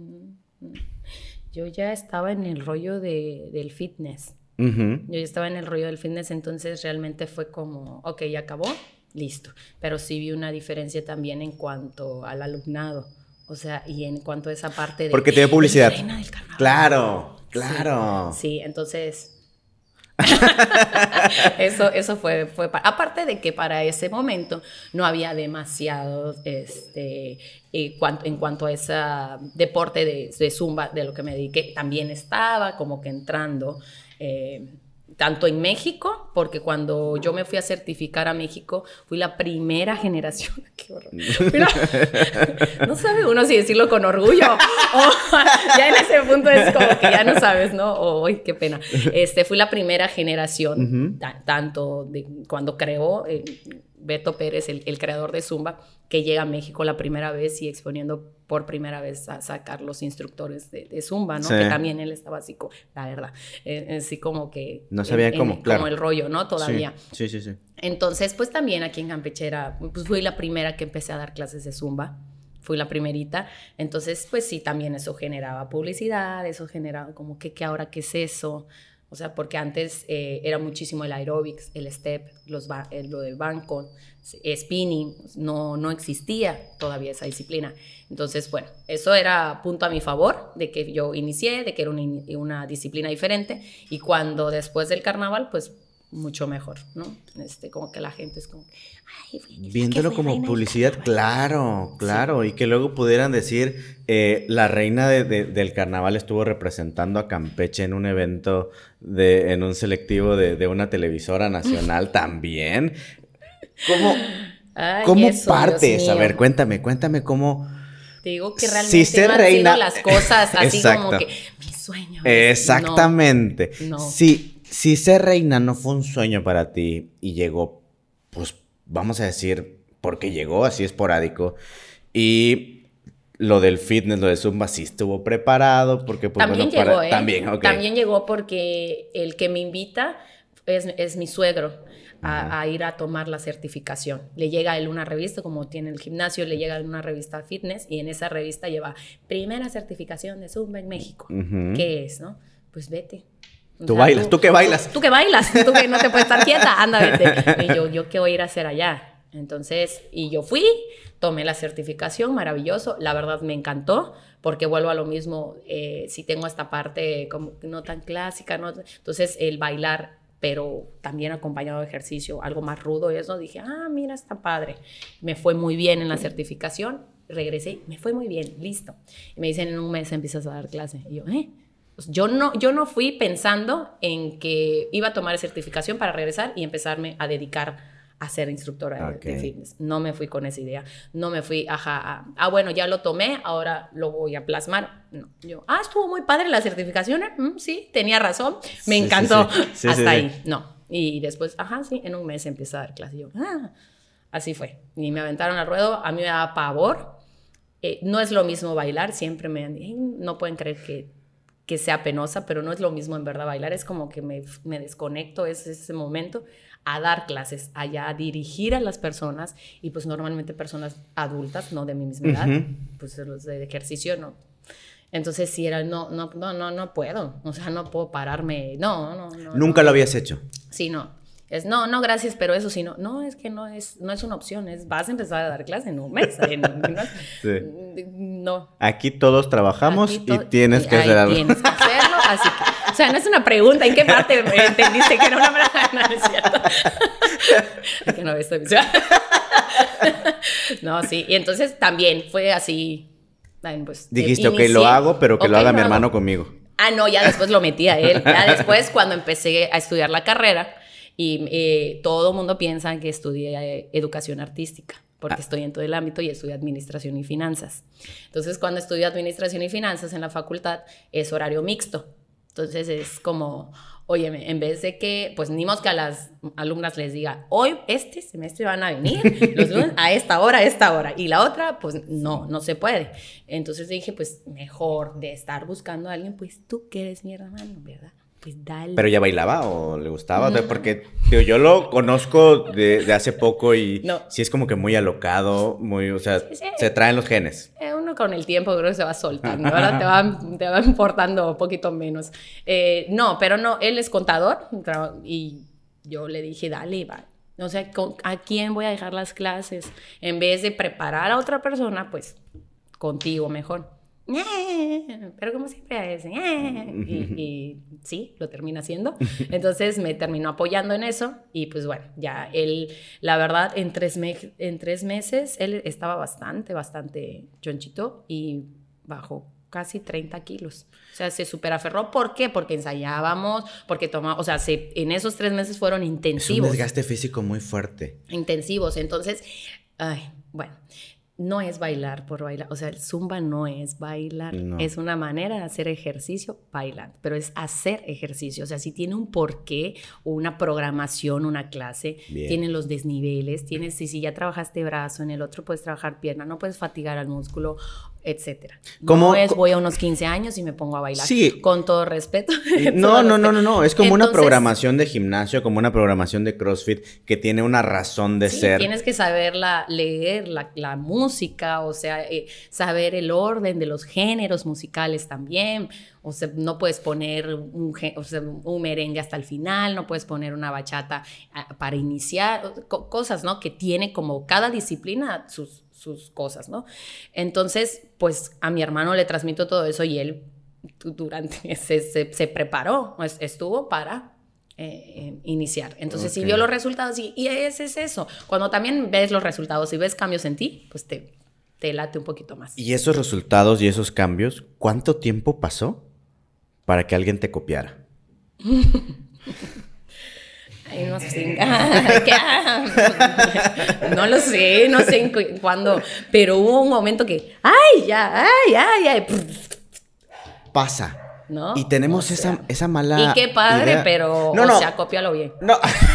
yo ya estaba en el rollo de, del fitness. Uh-huh. Yo ya estaba en el rollo del fitness, entonces realmente fue como, ok, ya acabó. Listo, pero sí vi una diferencia también en cuanto al alumnado, o sea, y en cuanto a esa parte de... Porque tiene publicidad. Reina del carnaval. Claro, claro. Sí, sí, entonces... eso eso fue, fue... Aparte de que para ese momento no había demasiado, este, eh, cuanto, en cuanto a ese deporte de, de zumba, de lo que me dediqué, también estaba como que entrando... Eh, tanto en México, porque cuando yo me fui a certificar a México, fui la primera generación. Qué horror. La, no sabe uno si decirlo con orgullo. O, ya en ese punto es como que ya no sabes, ¿no? O, ¡ay, qué pena! Este, fui la primera generación, uh-huh. t- tanto de cuando creó eh, Beto Pérez, el, el creador de Zumba, que llega a México la primera vez y exponiendo por primera vez a sacar los instructores de, de Zumba, ¿no? Sí. Que también él estaba así, como, la verdad, eh, así como que... No sabía en, cómo, en, claro. Como el rollo, ¿no? Todavía. Sí, sí, sí. sí. Entonces, pues también aquí en Campeche era, pues fui la primera que empecé a dar clases de Zumba. Fui la primerita. Entonces, pues sí, también eso generaba publicidad, eso generaba como que, que ahora, ¿qué es eso? O sea, porque antes eh, era muchísimo el aerobics, el step, los ba- eh, lo del banco, spinning, no, no existía todavía esa disciplina. Entonces, bueno, eso era punto a mi favor, de que yo inicié, de que era una, una disciplina diferente, y cuando después del carnaval, pues mucho mejor, ¿no? Este, como que la gente es como... Ay, viéndolo como publicidad, claro, claro, sí. Y que luego pudieran decir, eh, la reina de, de, del carnaval estuvo representando a Campeche en un evento, de, en un selectivo de, de una televisora nacional también. ¿Cómo, Ay, ¿cómo eso, partes? A ver, cuéntame, cuéntame cómo... Te digo que realmente si ser no han reina... sido las cosas así Exacto. como que mi sueño. Exactamente. No, no. Si, si ser reina no fue un sueño para ti y llegó, pues vamos a decir, porque llegó así esporádico, y lo del fitness, lo de Zumba sí estuvo preparado, porque pues también bueno, llegó, para... ¿eh? También, ok. También llegó porque el que me invita es, es mi suegro. A, a ir a tomar la certificación. Le llega a él una revista, como tiene el gimnasio, le llega a él una revista fitness y en esa revista lleva primera certificación de Zumba en México. Uh-huh. ¿Qué es, no? Pues vete. O tú sea, bailas, tú, tú que bailas. Tú, tú que bailas, tú que no te puedes estar quieta, anda, vete. Y yo, ¿yo qué voy a ir a hacer allá? Entonces, y yo fui, tomé la certificación, maravilloso. La verdad me encantó, porque vuelvo a lo mismo, eh, si tengo esta parte como no tan clásica, ¿no? Entonces el bailar, pero también acompañado de ejercicio, algo más rudo y eso, dije, ah, mira, está padre. Me fue muy bien en la certificación, regresé, me fue muy bien, listo. Y me dicen, en un mes empiezas a dar clase. Y yo, ¿eh? Pues yo, no, yo no fui pensando en que iba a tomar la certificación para regresar y empezarme a dedicar a ser instructora okay. de fitness. No me fui con esa idea. No me fui, ajá, ah, ah, bueno, ya lo tomé, ahora lo voy a plasmar. No, yo, ah, estuvo muy padre la certificación, ¿eh? Mm, sí, tenía razón, me sí, encantó. Sí, sí. Sí, Hasta sí, ahí, sí. no. Y después, ajá, sí, en un mes empecé a dar clase. Yo, ah, así fue. Y me aventaron al ruedo, a mí me daba pavor. Eh, no es lo mismo bailar, siempre me han dicho, no pueden creer que, que sea penosa, pero no es lo mismo en verdad bailar, es como que me, me desconecto, es ese momento, a dar clases, allá a dirigir a las personas, y pues normalmente personas adultas, no de mi misma edad, uh-huh. pues los de ejercicio, no. Entonces sí era, no, no, no, no, no puedo, o sea, no puedo pararme, no, no, no. ¿Nunca no. lo habías hecho? Sí, no. Es, no, no, gracias, pero eso sí, no, no, es que no es, no es una opción, es, vas a empezar a dar clase en un mes, en, no, sí. no. Aquí todos trabajamos Aquí to- y tienes que hacer algo. Tienes que hacerlo, así que, o sea, no es una pregunta, ¿en qué parte entendiste que era una pregunta? No, no es cierto. Es que no estoy No, sí, y entonces también fue así, pues. Dijiste, inicié, ok, lo hago, pero que okay, lo haga lo mi hermano hago. Conmigo. Ah, no, ya después lo metí a él, ya después cuando empecé a estudiar la carrera, y eh, todo el mundo piensa que estudié eh, educación artística, porque ah. estoy en todo el ámbito y estudio administración y finanzas. Entonces, cuando estudio administración y finanzas en la facultad, es horario mixto. Entonces, es como, oye, en vez de que, pues, ni más que a las alumnas les diga, hoy, este semestre van a venir los lunes a esta hora, a esta hora, y la otra, pues, no, no se puede. Entonces dije, pues, mejor de estar buscando a alguien, pues, tú que eres mi hermano, ¿verdad? Pues dale. ¿Pero ya bailaba o le gustaba? No. Porque tío, yo lo conozco de, de hace poco y no. sí es como que muy alocado, muy, o sea, sí, sí. se traen los genes. Uno con el tiempo creo que se va soltando, ahora te va, te va importando un poquito menos. Eh, no, pero no, él es contador y yo le dije, dale, va. O sea, ¿a quién voy a dejar las clases? En vez de preparar a otra persona, pues contigo mejor. Pero como siempre es, y, y sí, lo termina haciendo. Entonces me terminó apoyando en eso y pues bueno, ya él, la verdad, en tres, me- en tres meses él estaba bastante, bastante chonchito y bajó casi treinta kilos. O sea, se superaferró. ¿Por qué? Porque ensayábamos, porque tomaba, o sea, se, en esos tres meses fueron intensivos. Es un desgaste físico muy fuerte. Intensivos. Entonces, ay, bueno... No es bailar por bailar, o sea, el Zumba no es bailar, no. Es una manera de hacer ejercicio bailando, pero es hacer ejercicio, o sea, si tiene un porqué, una programación, una clase, Bien. Tiene los desniveles, tienes, si, si ya trabajaste brazo, en el otro puedes trabajar pierna, no puedes fatigar al músculo, etcétera. No es voy a unos quince años y me pongo a bailar, sí. Con todo respeto. No, no, no, no, no, es como Entonces, una programación de gimnasio, como una programación de CrossFit que tiene una razón de sí, ser. Tienes que saberla, leer la, la música, música, o sea, eh, saber el orden de los géneros musicales también, o sea, no puedes poner un, o sea, un merengue hasta el final, no puedes poner una bachata uh, para iniciar, co- cosas, ¿no? Que tiene como cada disciplina sus, sus cosas, ¿no? Entonces, pues a mi hermano le transmito todo eso y él durante, se, se, se preparó, pues, estuvo para... Eh, eh, iniciar. Entonces, okay. Si vio los resultados y, y ese es eso. Cuando también ves los resultados y ves cambios en ti, pues te, te late un poquito más. Y esos resultados y esos cambios, ¿cuánto tiempo pasó para que alguien te copiara? Ay, no, unos cinco. No lo sé, no sé en cu- cuándo, pero hubo un momento que, ¡ay, ya, ay, ay, ay! Pasa. ¿No? Y tenemos O sea, esa, esa mala y qué padre, idea. pero, no, o no. sea, cópialo bien. No.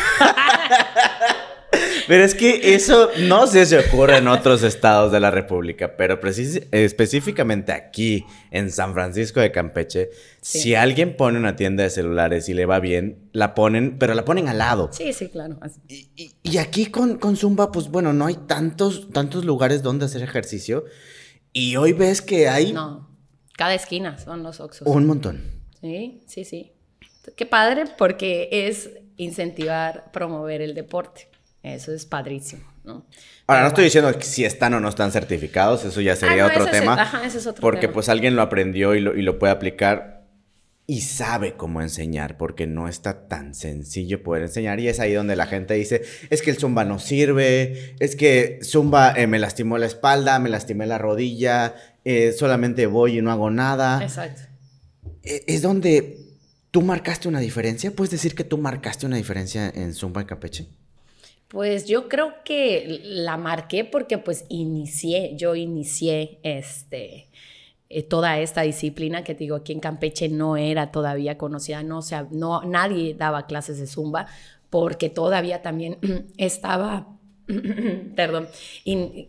Pero es que eso no sé si se ocurre en otros estados de la República, pero precis- específicamente aquí, en San Francisco de Campeche, Sí. si alguien pone una tienda de celulares y le va bien, la ponen, pero la ponen al lado. Sí, sí, claro. así. Y, y- y aquí con, con Zumba, pues bueno, no hay tantos, tantos lugares donde hacer ejercicio. Y hoy ves que hay No, cada esquina son los Oxxos. un montón. Sí, sí, sí. Qué padre porque es incentivar, promover el deporte. Eso es padrísimo, ¿no? Ahora, no Pero estoy diciendo que si están o no están certificados, eso ya sería Ah, no, otro ese es- tema. ajá, ese es otro porque tema. pues alguien lo aprendió y lo, y lo puede aplicar y sabe cómo enseñar, porque no está tan sencillo poder enseñar. Y es ahí donde la gente dice, es que el Zumba no sirve, es que Zumba eh, me lastimó la espalda, me lastimé la rodilla, eh, solamente voy y no hago nada. Exacto. Eh, Es donde tú marcaste una diferencia. ¿Puedes decir que tú marcaste una diferencia en Zumba en Campeche? Pues yo creo que la marqué porque pues inicié, yo inicié este, eh, toda esta disciplina que te digo, aquí en Campeche no era todavía conocida, no, o sea, no, nadie daba clases de Zumba porque todavía también estaba, perdón, in-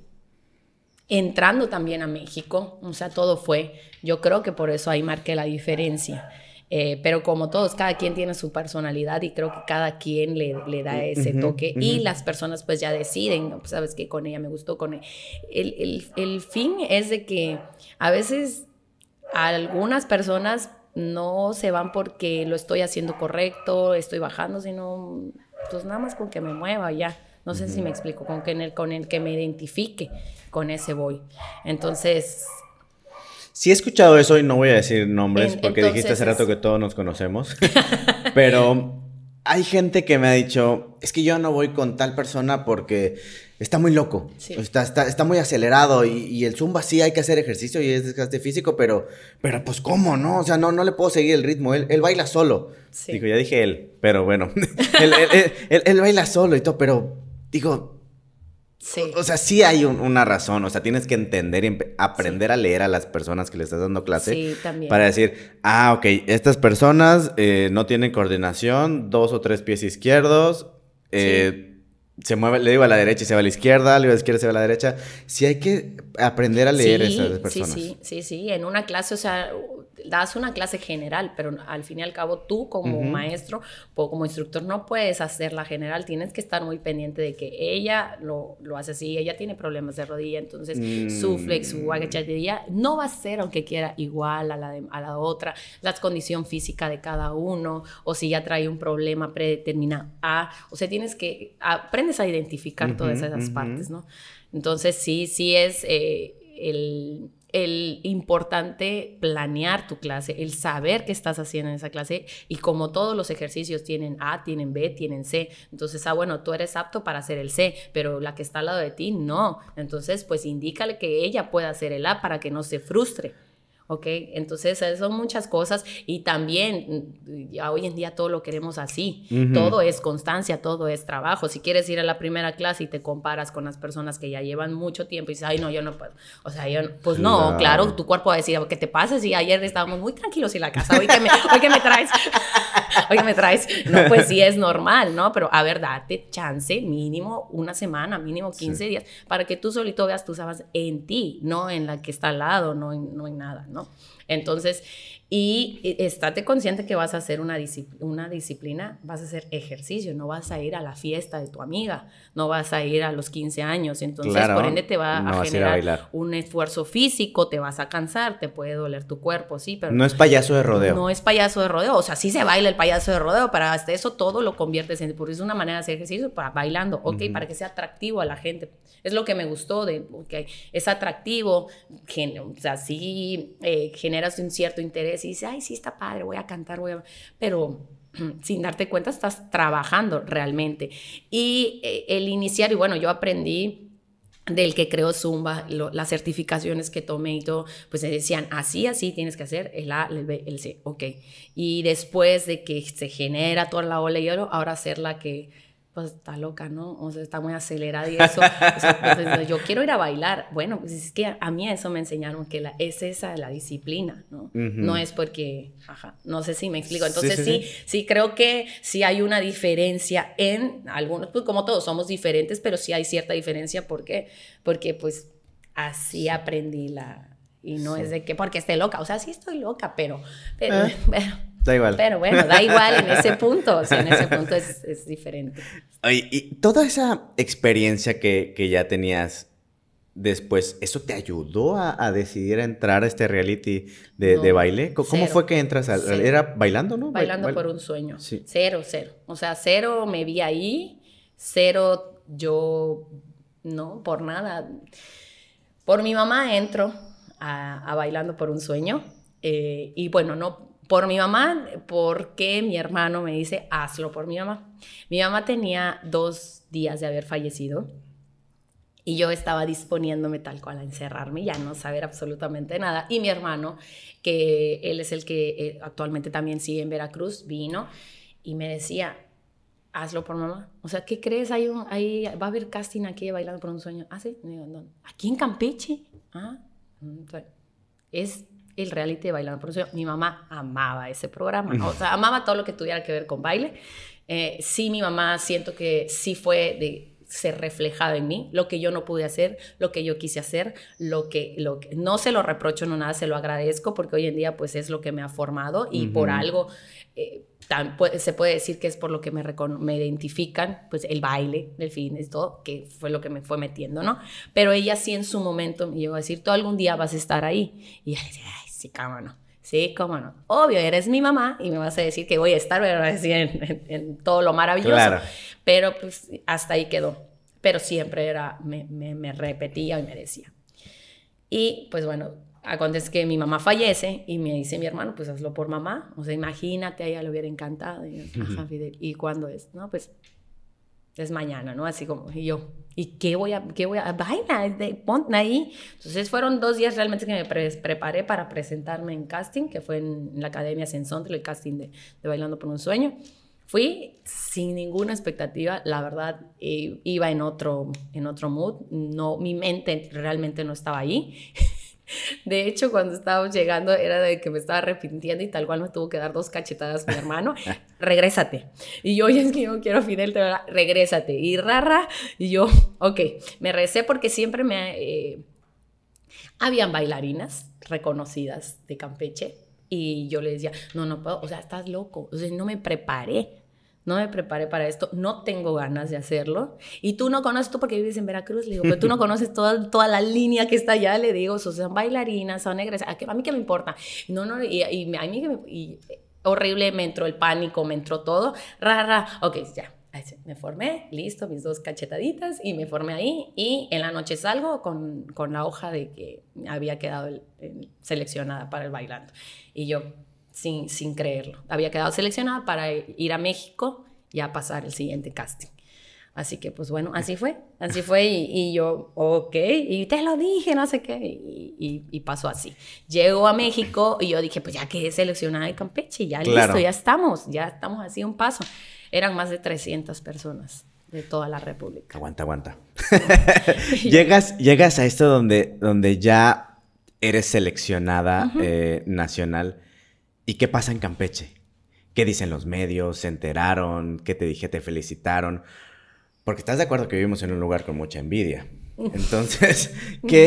entrando también a México, o sea, todo fue, yo creo que por eso ahí marqué la diferencia. Eh, pero como todos, cada quien tiene su personalidad y creo que cada quien le, le da ese Ujú, toque ujú. y las personas pues ya deciden, ¿no? Pues, sabes que con ella me gustó, con él. El, el, el fin es de que a veces algunas personas no se van porque lo estoy haciendo correcto, estoy bajando, sino pues nada más con que me mueva ya. No sé si me explico, con que en el, con el que me identifique, con ese voy. Entonces, Sí he escuchado eso y no voy a decir nombres En- porque entonces dijiste hace es- rato que todos nos conocemos. Pero hay gente que me ha dicho, es que yo no voy con tal persona porque está muy loco, Sí. está, está, está muy acelerado y, y el Zumba sí hay que hacer ejercicio y es desgaste físico, pero, pero pues ¿cómo, no? O sea, no, no le puedo seguir el ritmo, él, él baila solo. Sí. Digo, ya dije él, pero bueno, él, él- él- él- él baila solo y todo, pero digo... sí. O sea, sí hay un- una razón, o sea, tienes que entender y empe- aprender a leer a las personas que le estás dando clase Sí, también. para decir, ah, ok, estas personas eh, no tienen coordinación, dos o tres pies izquierdos, eh, se mueve, le digo a la derecha y se va a la izquierda, le digo a la izquierda y se va a la derecha. Sí hay que aprender a leer a esas personas. Sí, sí, sí, sí. En una clase, o sea, das una clase general, pero al fin y al cabo tú como Ujú. maestro o como instructor no puedes hacerla general, tienes que estar muy pendiente de que ella lo, lo hace así, ella tiene problemas de rodilla, entonces Mm. su flex, su agachadilla no va a ser aunque quiera igual a la, de, a la otra, la condición física de cada uno, o si ya trae un problema predeterminado, ah, o sea, tienes que, aprendes a identificar Ujú, todas esas ujú. partes, ¿no? Entonces sí, sí es eh, el, el importante planear tu clase, el saber qué estás haciendo en esa clase y como todos los ejercicios tienen A, tienen B, tienen C, entonces, ah, bueno, tú eres apto para hacer el C, pero la que está al lado de ti, no. Entonces, pues indícale que ella pueda hacer el A para que no se frustre. ¿Ok? Entonces, eh, son muchas cosas y también, mm, ya hoy en día todo lo queremos así. Ujú. Todo es constancia, todo es trabajo. Si quieres ir a la primera clase y te comparas con las personas que ya llevan mucho tiempo y dices, ay, no, yo no puedo. O sea, yo no- pues no, Claro. claro, tu cuerpo va a decir, ¿qué te pasa? Si ayer estábamos muy tranquilos en la casa, hoy que me, hoy que me traes, hoy que me traes. No, pues sí es normal, ¿no? Pero a ver, date chance, mínimo una semana, mínimo quince Sí. días, para que tú solito veas tus avances en ti, no en la que está al lado, no en, no en nada, ¿no? Entonces, y y estate consciente que vas a hacer una, disci- una disciplina, vas a hacer ejercicio, no vas a ir a la fiesta de tu amiga, no vas a ir a los quince años, entonces Claro, por ende te va no a vas a ir a generar bailar. un esfuerzo físico, te vas a cansar, te puede doler tu cuerpo, sí, pero No es payaso de rodeo. no es payaso de rodeo, o sea, sí se baila el payaso de rodeo, pero hasta eso todo lo conviertes en, porque es una manera de hacer ejercicio para bailando, ok, Ujú. para que sea atractivo a la gente. Es lo que me gustó de, ok, es atractivo, gen- o sea, sí eh, generas un cierto interés y dices, ay, sí está padre, voy a cantar, voy a... Pero sin darte cuenta estás trabajando realmente. Y eh, el iniciar, y bueno, yo aprendí del que creó Zumba, lo, las certificaciones que tomé y todo, pues me decían, así, así tienes que hacer el A, el B, el C, ok. Y después de que se genera toda la ola de hielo, ahora hacer la que, pues está loca, ¿no? O sea, está muy acelerada y eso. O sea, pues, yo quiero ir a bailar. Bueno, pues es que a mí eso me enseñaron, que la, es esa la disciplina, ¿no? Uh-huh. No es porque, ajá, no sé si me explico. Entonces sí sí, sí, sí, sí creo que sí hay una diferencia en algunos, pues como todos somos diferentes, pero sí hay cierta diferencia. ¿Por qué? Porque pues así aprendí la... Y no sí. es de que porque esté loca, o sea, sí estoy loca, pero... pero, eh. pero Da igual. Pero bueno, da igual en ese punto, o sea, en ese punto es, es diferente. Oye, y toda esa experiencia que, que ya tenías después, ¿eso te ayudó a, a decidir a entrar a este reality de, no, de baile? ¿Cómo cero, fue que entras? A, ¿Era bailando, no? Bailando Bail- por un sueño. Sí. Cero, cero. O sea, cero me vi ahí, cero yo, no, por nada. Por mi mamá entro a, a Bailando por un sueño eh, y bueno, no... Por mi mamá, porque mi hermano me dice, hazlo por mi mamá. Mi mamá tenía dos días de haber fallecido y yo estaba disponiéndome tal cual a encerrarme, ya no saber absolutamente nada. Y mi hermano, que él es el que eh, actualmente también sigue en Veracruz, vino y me decía, hazlo por mamá. O sea, ¿qué crees? Hay un, hay, va a haber casting aquí de Bailando por un sueño. ¿Ah, sí? Digo, no. ¿Aquí en Campeche? Ah, es... el reality de Bailando por un sueño. Mi mamá amaba ese programa, ¿no? O sea, amaba todo lo que tuviera que ver con baile. Eh, sí, mi mamá siento que sí fue de ser reflejada en mí, lo que yo no pude hacer, lo que yo quise hacer, lo que, lo que no se lo reprocho, no nada, se lo agradezco porque hoy en día pues es lo que me ha formado y uh-huh. por algo eh, tan, pues, se puede decir que es por lo que me, recono- me identifican, pues el baile, el fitness, todo, que fue lo que me fue metiendo, ¿no? Pero ella sí en su momento me llegó a decir, tú algún día vas a estar ahí. Y ella decía, ay, sí, cómo no. Sí, cómo no. Obvio, eres mi mamá y me vas a decir que voy a estar, me vas a decir en, en, en todo lo maravilloso. Claro. Pero pues hasta ahí quedó. Pero siempre era, me, me, me repetía y me decía. Y pues bueno, acontece que mi mamá fallece y me dice mi hermano, pues hazlo por mamá. O sea, imagínate, a ella le hubiera encantado. Y, yo, ajá, Fidel. ¿Y cuándo es? No, pues es mañana, ¿no? Así como, y yo, ¿y qué voy a, qué voy a, baila, de, ponte ahí? Entonces fueron dos días realmente que me pre- preparé para presentarme en casting, que fue en, en la Academia Sensontle, el casting de, de Bailando por un Sueño. Fui sin ninguna expectativa, la verdad, eh, iba en otro, en otro mood, no, mi mente realmente no estaba ahí. De hecho, cuando estábamos llegando era de que me estaba arrepintiendo y tal cual me tuvo que dar dos cachetadas mi hermano. Regrésate. Y yo, oye, es que yo no quiero Fidel, te voy a... regrésate. Y rara, y yo, ok, me regresé porque siempre me... Eh, habían bailarinas reconocidas de Campeche y yo le decía, no, no puedo, o sea, estás loco. O sea, no me preparé. No me preparé para esto, no tengo ganas de hacerlo. Y tú no conoces, tú porque vives en Veracruz, le digo, pero tú no conoces toda, toda la línea que está allá, le digo, son bailarinas, son egresadas, ¿a mí qué me importa? No, no, y, y a mí que me... Y, horrible, me entró el pánico, me entró todo, rara, ok, ya. Me formé, listo, mis dos cachetaditas y me formé ahí y en la noche salgo con, con la hoja de que había quedado el, el, seleccionada para el Bailando. Y yo... Sin, sin creerlo. Había quedado seleccionada para ir a México y a pasar el siguiente casting. Así que, pues bueno, así fue. Así fue y, y yo, ok, y te lo dije, no sé qué. Y, y, y pasó así. Llego a México y yo dije, pues ya quedé seleccionada de Campeche, ya claro. Listo, ya estamos, ya estamos así un paso. Eran más de trescientas personas de toda la República. Aguanta, aguanta. llegas, llegas a esto donde, donde ya eres seleccionada uh-huh. eh, nacional. ¿Y qué pasa en Campeche? ¿Qué dicen los medios? ¿Se enteraron? ¿Qué te dije? ¿Te felicitaron? Porque estás de acuerdo que vivimos en un lugar con mucha envidia. Entonces, ¿qué,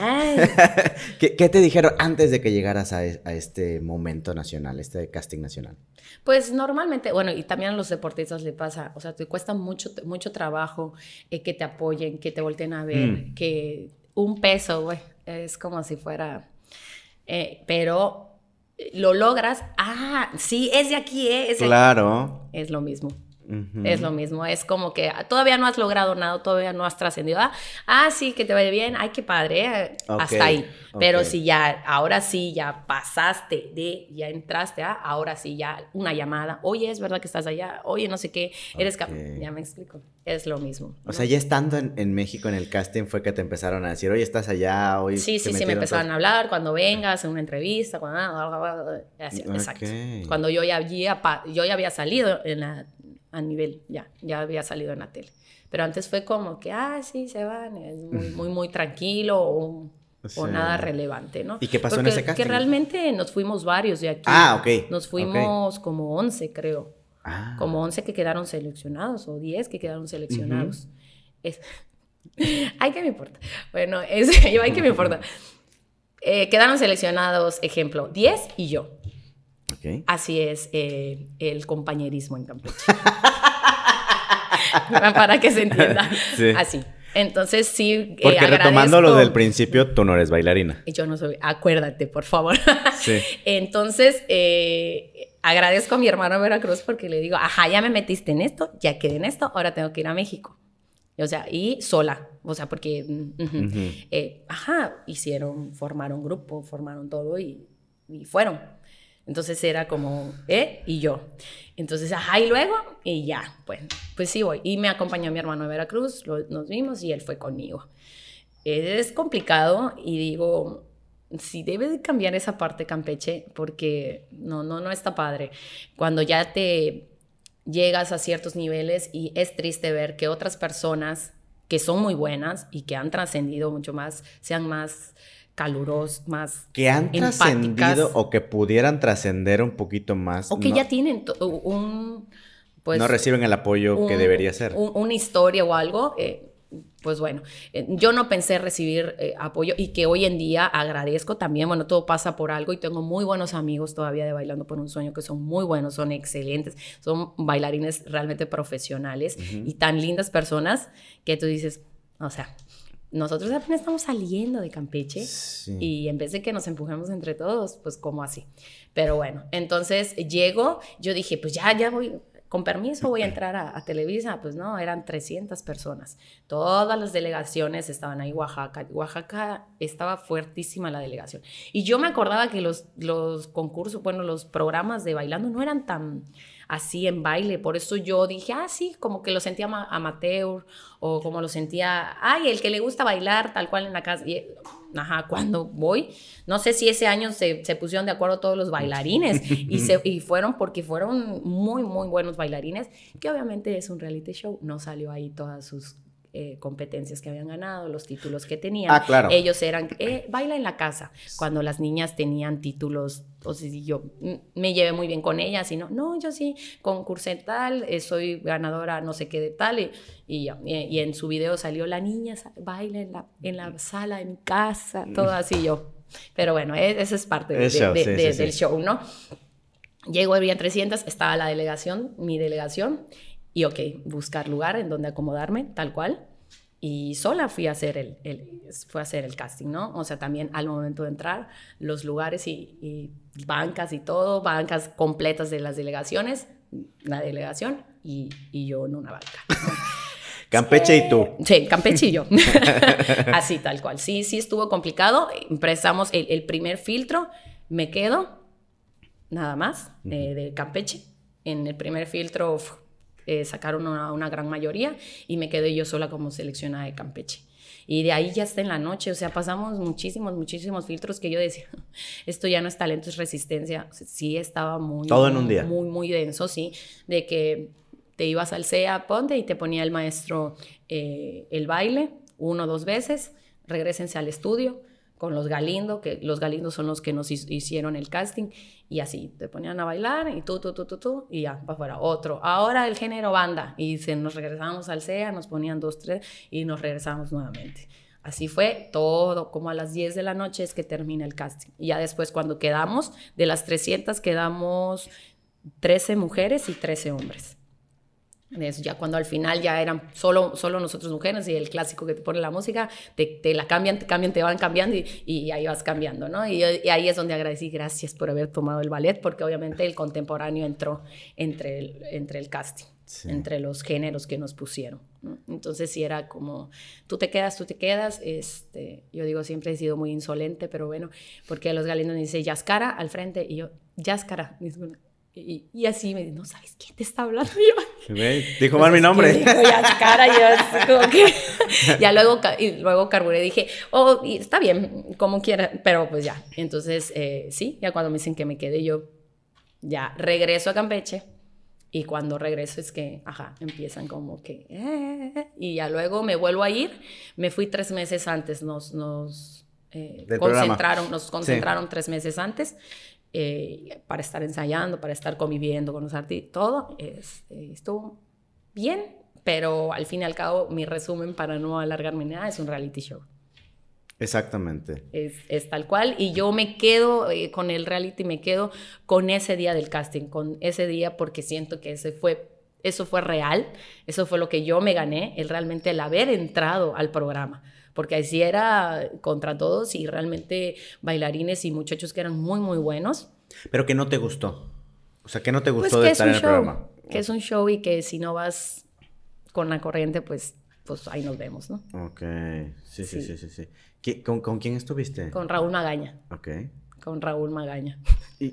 ¿qué, ¿qué te dijeron antes de que llegaras a, a este momento nacional, este casting nacional? Pues normalmente, bueno, y también a los deportistas le pasa, o sea, te cuesta mucho, mucho trabajo eh, que te apoyen, que te volteen a ver, mm. que un peso, güey, es como si fuera... Eh, pero... lo logras, ah, sí, es de aquí, ¿eh? Es claro. Es lo mismo. Uh-huh. Es lo mismo, es como que todavía no has logrado nada, todavía no has trascendido. Ah, ah, sí, que te vaya bien, ay, qué padre, eh, okay. hasta ahí. Pero okay. si ya, ahora sí, ya pasaste de, ya entraste, ah, ahora sí, ya una llamada, oye, es verdad que estás allá, oye, no sé qué, eres okay. cap- ya me explico, es lo mismo. O ¿no? sea, ya estando en, en México en el casting fue que te empezaron a decir, oye, estás allá, hoy. Sí, sí, sí, me empezaron todo... a hablar, cuando vengas, en una entrevista, cuando, así, okay. exacto. Cuando yo ya, había, yo ya había salido en la... a nivel, ya, ya había salido en la tele. Pero antes fue como que, ah, sí, se van, es muy, muy, muy tranquilo o, sí. o nada relevante, ¿no? ¿Y qué pasó Porque, en ese casting? Que realmente nos fuimos varios de aquí. Ah, ok. Nos fuimos okay. como once, creo. Ah. Como once que quedaron seleccionados o diez que quedaron seleccionados. Uh-huh. Es... Ay, ¿qué me importa? Bueno, es... yo, ay, ¿qué me importa? Eh, quedaron seleccionados, ejemplo, diez y yo. Okay. Así es eh, el compañerismo en Campeche. Para que se entienda. Sí. Así. Entonces, sí. Porque eh, retomando lo del principio, tú no eres bailarina. Yo no soy. Acuérdate, por favor. Sí. Entonces, eh, agradezco a mi hermano Veracruz porque le digo, ajá, ya me metiste en esto, ya quedé en esto, ahora tengo que ir a México. O sea, y sola. O sea, porque, uh-huh, uh-huh. Eh, ajá, hicieron, formaron grupo, formaron todo y, y fueron. Entonces era como, ¿eh? Y yo. Entonces, ajá, y luego, y ya, pues, pues sí voy. Y me acompañó mi hermano de Veracruz, lo, nos vimos y él fue conmigo. Es complicado y digo, sí debe de cambiar esa parte Campeche porque no, no, no está padre. Cuando ya te llegas a ciertos niveles y es triste ver que otras personas que son muy buenas y que han trascendido mucho más, sean más... caluros, más que han trascendido o que pudieran trascender un poquito más. O que no, ya tienen un... Pues, no reciben el apoyo un, que debería ser. Un, una historia o algo, eh, pues bueno, eh, yo no pensé recibir eh, apoyo y que hoy en día agradezco también, bueno, todo pasa por algo y tengo muy buenos amigos todavía de Bailando por un Sueño que son muy buenos, son excelentes, son bailarines realmente profesionales uh-huh. y tan lindas personas que tú dices, o sea... Nosotros apenas estamos saliendo de Campeche sí. y en vez de que nos empujemos entre todos, pues como así. Pero bueno, entonces llego, yo dije, pues ya, ya voy, con permiso voy a entrar a, a Televisa. Pues no, eran trescientas personas. Todas las delegaciones estaban ahí, Oaxaca. Oaxaca estaba fuertísima la delegación. Y yo me acordaba que los, los concursos, bueno, los programas de Bailando no eran tan... así en baile, por eso yo dije, ah, sí, como que lo sentía amateur, o como lo sentía, ay, el que le gusta bailar tal cual en la casa, y, ajá, cuando voy, no sé si ese año se, se pusieron de acuerdo todos los bailarines, y, se, y fueron porque fueron muy, muy buenos bailarines, que obviamente es un reality show, no salió ahí todas sus... Eh, competencias que habían ganado, los títulos que tenían. Ah, claro. Ellos eran, eh, baila en la casa. Cuando las niñas tenían títulos, o sea, yo me llevé muy bien con ellas, y no, no, yo sí, concursé tal, eh, soy ganadora no sé qué de tal, y, y, y en su video salió la niña, baila en la, en la sala de mi casa, todo así yo. Pero bueno, eso es parte de, show, de, sí, de, sí, del sí. show, ¿no? Llego, había trescientas, estaba la delegación, mi delegación, y ok, buscar lugar en donde acomodarme, tal cual. Y sola fui a hacer el, el, fui a hacer el casting, ¿no? O sea, también al momento de entrar, los lugares y, y bancas y todo, bancas completas de las delegaciones, la delegación y, y yo en una banca, ¿no? Campeche y tú. Sí, Campeche y yo. Así, tal cual. Sí, sí estuvo complicado. Empezamos el, el primer filtro, me quedo, nada más, eh, de Campeche. En el primer filtro... Uf, Eh, sacaron una, una gran mayoría y me quedé yo sola como seleccionada de Campeche. Y de ahí ya hasta en la noche, o sea, pasamos muchísimos, muchísimos filtros que yo decía, esto ya no es talento, es resistencia. Sí, estaba muy... Todo en un día. Muy, muy denso, sí, de que te ibas al C E A, ponte, y te ponía el maestro eh, el baile, uno o dos veces, regrésense al estudio con los Galindo, que los Galindos son los que nos hicieron el casting, y así, te ponían a bailar, y tú, tú, tú, tú, tú, y ya, para afuera, otro. Ahora el género banda, y se, nos regresábamos al C E A, nos ponían dos, tres, y nos regresábamos nuevamente. Así fue todo, como a las diez de la noche es que termina el casting. Y ya después, cuando quedamos, de las trescientas, quedamos trece mujeres y trece hombres. Eso, ya cuando al final ya eran solo, solo nosotros mujeres, y el clásico que te pone la música, te, te la cambian, te cambian, te van cambiando, y, y ahí vas cambiando, ¿no? Y, y ahí es donde agradecí, gracias por haber tomado el ballet, porque obviamente el contemporáneo entró entre el, entre el casting. sí. entre los géneros que nos pusieron, ¿no? Entonces sí era como, tú te quedas, tú te quedas. Este, yo digo, siempre he sido muy insolente, pero bueno, porque los galinos me dicen Yáscara al frente, y yo, Yáscara. Y, y así me dicen, no sabes quién te está hablando. Yo, dijo mal mi nombre. Dijo Yáscara, y yo así como que... ya luego, y luego carburé, dije, oh, y está bien, como quiera, pero pues ya. Entonces, eh, sí, ya cuando me dicen que me quede, yo ya regreso a Campeche. Y cuando regreso es que, ajá, empiezan como que... Eh, y ya luego me vuelvo a ir. Me fui tres meses antes. Nos, nos eh, concentraron, nos concentraron sí. tres meses antes eh, para estar ensayando, para estar conviviendo con los artistas. Todo este, estuvo bien, pero al fin y al cabo, mi resumen, para no alargarme nada, es un reality show. Exactamente. Es, es tal cual, y yo me quedo eh, con el reality, me quedo con ese día del casting, con ese día, porque siento que ese fue, eso fue real, eso fue lo que yo me gané, el realmente el haber entrado al programa, porque así era contra todos y realmente bailarines y muchachos que eran muy, muy buenos. Pero que no te gustó, o sea, que no te gustó pues de estar en el show, programa. Que es un show y que si no vas con la corriente, pues... pues ahí nos vemos, ¿no? Ok, sí, sí, sí, sí, sí. ¿Qué, con, ¿Con quién estuviste? Con Raúl Magaña. Ok. Con Raúl Magaña. Y...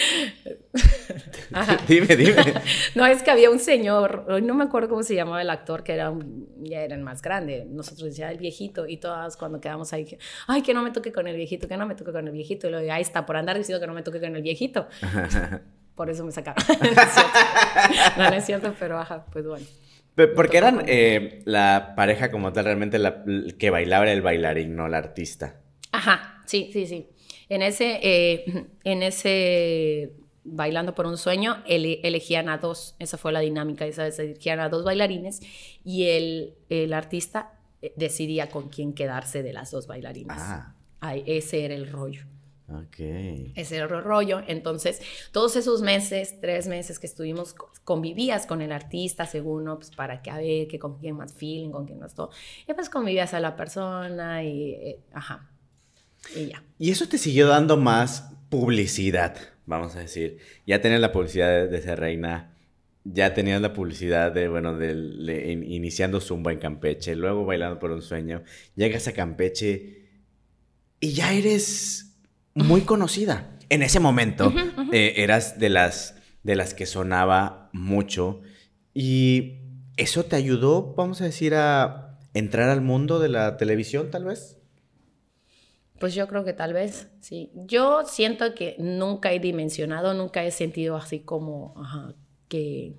dime, dime. No, es que había un señor, hoy no me acuerdo cómo se llamaba el actor, que era un, ya era el más grande. Nosotros decíamos el viejito, y todas cuando quedamos ahí, que, ay, que no me toque con el viejito, que no me toque con el viejito. Y luego, ahí está, por andar diciendo que no me toque con el viejito. Por eso me sacaron. No es cierto. No, no es cierto, pero ajá, pues bueno. Porque eran eh, la pareja como tal, realmente la, que bailaba era el bailarín, no el artista. Ajá, sí, sí, sí. En ese, eh, en ese Bailando por un Sueño, ele, elegían a dos. Esa fue la dinámica. Esa vez elegían a dos bailarines y el, el artista decidía con quién quedarse de las dos bailarinas. Ah. Ay, ese era el rollo. Okay. Ese era el rollo. Entonces, todos esos meses, tres meses que estuvimos, convivías con el artista, según, ¿no? Pues para que a ver, que con quién más feeling, con quién más todo. Y pues convivías a la persona y, eh, ajá, y ya. Y eso te siguió dando más publicidad, vamos a decir. Ya tenías la publicidad de, de ser reina, ya tenías la publicidad de, bueno, de, de in, iniciando Zumba en Campeche, luego Bailando por un Sueño, llegas a Campeche y ya eres... muy conocida. En ese momento uh-huh, uh-huh. Eh, eras de las, de las que sonaba mucho. Y eso te ayudó, vamos a decir, a entrar al mundo de la televisión, tal vez. Pues yo creo que tal vez, sí. Yo siento que nunca he dimensionado, nunca he sentido así como, ajá, que,